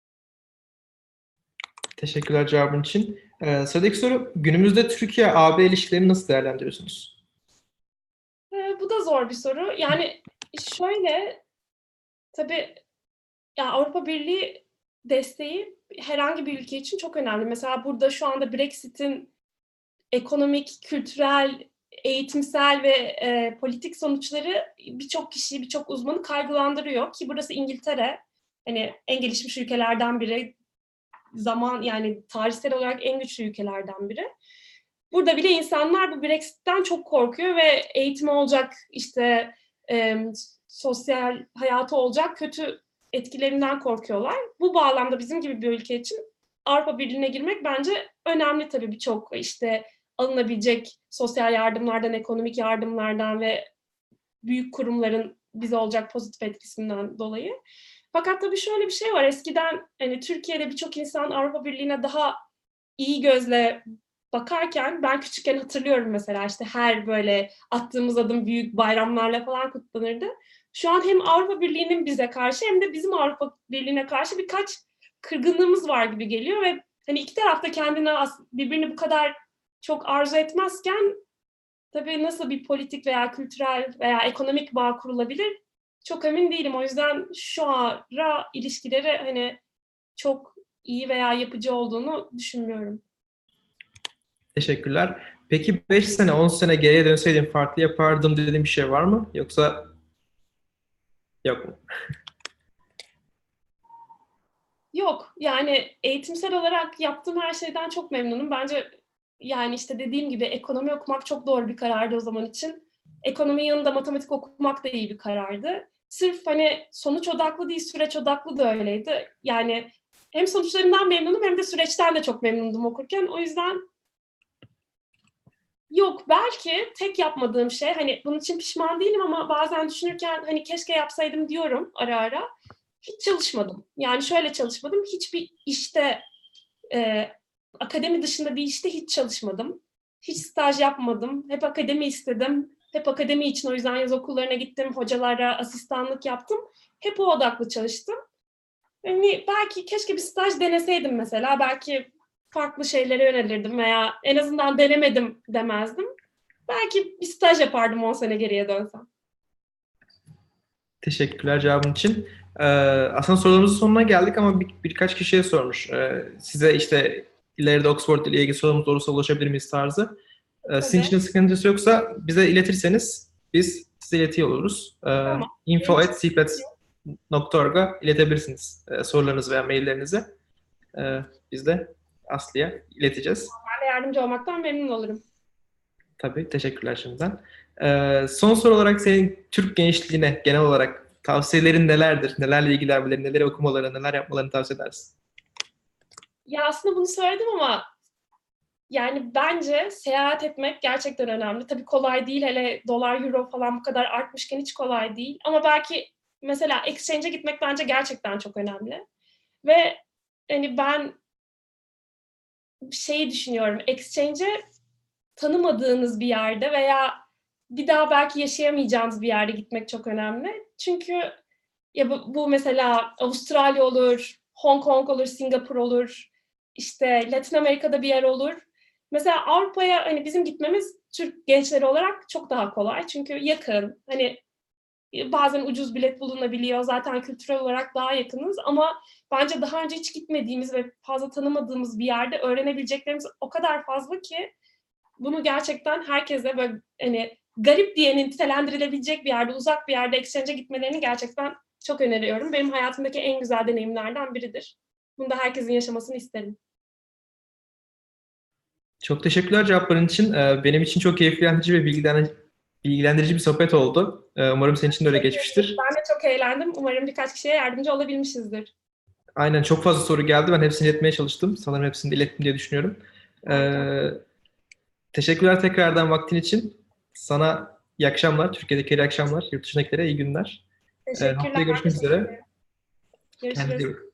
A: Teşekkürler cevabın için. Ee, sıradaki soru, günümüzde Türkiye-A B ilişkilerini nasıl değerlendiriyorsunuz?
B: E, bu da zor bir soru. Yani şöyle, tabii ya Avrupa Birliği desteği herhangi bir ülke için çok önemli. Mesela burada şu anda Brexit'in ekonomik, kültürel, eğitimsel ve e, politik sonuçları birçok kişiyi, birçok uzmanı kaygılandırıyor ki burası İngiltere. Hani en gelişmiş ülkelerden biri, zaman yani tarihsel olarak en güçlü ülkelerden biri. Burada bile insanlar bu Brexit'ten çok korkuyor ve eğitimi olacak, işte e, sosyal hayatı olacak kötü etkilerinden korkuyorlar. Bu bağlamda bizim gibi bir ülke için Avrupa Birliği'ne girmek bence önemli tabii birçok işte alınabilecek sosyal yardımlardan, ekonomik yardımlardan ve büyük kurumların bize olacak pozitif etkisinden dolayı. Fakat tabii şöyle bir şey var. Eskiden hani Türkiye'de birçok insan Avrupa Birliği'ne daha iyi gözle bakarken ben küçükken hatırlıyorum mesela işte her böyle attığımız adım büyük bayramlarla falan kutlanırdı. Şu an hem Avrupa Birliği'nin bize karşı hem de bizim Avrupa Birliği'ne karşı birkaç kırgınlığımız var gibi geliyor ve hani iki taraf da kendine birbirini bu kadar çok arzu etmezken tabii nasıl bir politik veya kültürel veya ekonomik bağ kurulabilir çok emin değilim. O yüzden şu ara ilişkileri hani çok iyi veya yapıcı olduğunu düşünmüyorum.
A: Teşekkürler. Peki beş sene, on sene geriye dönseydim farklı yapardım dediğim bir şey var mı? Yoksa yok mu?
B: Yok. Yani eğitimsel olarak yaptığım her şeyden çok memnunum. Bence yani işte dediğim gibi ekonomi okumak çok doğru bir karardı o zaman için. Ekonomi yanında matematik okumak da iyi bir karardı. Sırf hani sonuç odaklı değil, süreç odaklı da öyleydi. Yani hem sonuçlarından memnunum hem de süreçten de çok memnundum okurken. O yüzden yok, belki tek yapmadığım şey, hani bunun için pişman değilim ama bazen düşünürken hani keşke yapsaydım diyorum ara ara. Hiç çalışmadım. Yani şöyle çalışmadım. Hiçbir işte, e, akademi dışında bir işte hiç çalışmadım. Hiç staj yapmadım. Hep akademi istedim. Hep akademi için o yüzden yaz okullarına gittim. Hocalara asistanlık yaptım. Hep o odaklı çalıştım. Yani belki keşke bir staj deneseydim mesela. Belki farklı şeylere yönelirdim veya en azından denemedim demezdim. Belki bir staj yapardım on sene geriye dönsem.
A: Teşekkürler cevabın için. Ee, aslında sorularımızın sonuna geldik ama bir, birkaç kişiye sormuş. Ee, size işte ileride Oxford ile ilgili sorumuz olursa ulaşabilir miyiz tarzı. Ee, sizin için
B: Tabii.
A: de sıkıntısı yoksa bize iletirseniz biz size iletiyor oluruz. Ee,
B: Tamam.
A: info
B: Benim için
A: at secrets nokta org'a iletebilirsiniz e, sorularınızı veya maillerinizi. Ee, biz de Aslı'ya ileteceğiz.
B: de yardımcı olmaktan memnun olurum.
A: Tabii, teşekkürler şimdiden. Ee, son soru olarak senin Türk gençliğine genel olarak tavsiyelerin nelerdir? Nelerle ilgilenmeleri, neleri okumaları, neler yapmalarını tavsiye edersin?
B: Ya aslında bunu söyledim ama yani bence seyahat etmek gerçekten önemli. Tabii kolay değil, hele dolar, euro falan bu kadar artmışken hiç kolay değil. Ama belki mesela exchange'e gitmek bence gerçekten çok önemli. Ve hani ben şeyi düşünüyorum, exchange'e tanımadığınız bir yerde veya bir daha belki yaşayamayacağınız bir yerde gitmek çok önemli. Çünkü ya bu, bu mesela Avustralya olur, Hong Kong olur, Singapur olur, işte Latin Amerika'da bir yer olur. Mesela Avrupa'ya hani bizim gitmemiz Türk gençleri olarak çok daha kolay. Çünkü yakın. Hani bazen ucuz bilet bulunabiliyor. Zaten kültürel olarak daha yakınız ama bence daha önce hiç gitmediğimiz ve fazla tanımadığımız bir yerde öğrenebileceklerimiz o kadar fazla ki bunu gerçekten herkese böyle hani garip diye nitelendirilebilecek bir yerde, uzak bir yerde exchange'e gitmelerini gerçekten çok öneriyorum. Benim hayatımdaki en güzel deneyimlerden biridir. Bunu da herkesin yaşamasını isterim.
A: Çok teşekkürler cevapların için. Ee, benim için çok keyiflendirici ve bilgilendirici, bilgilendirici bir sohbet oldu. Ee, umarım senin için de öyle geçmiştir.
B: Ben de çok eğlendim. Umarım birkaç kişiye yardımcı olabilmişizdir.
A: Aynen, çok fazla soru geldi. Ben hepsini iletmeye çalıştım. Sanırım hepsini de ilettim diye düşünüyorum.
B: Harika.
A: Ee, teşekkürler tekrardan vaktin için. Sana iyi akşamlar. Türkiye'deki iyi akşamlar. Yurt dışındakilere iyi günler. Ee,
B: Teşekkürler.
A: haftaya
B: Ben
A: görüşmek
B: teşekkür
A: üzere.
B: ederim.
A: Kendinize
B: Görüşürüz.
A: iyi bakın.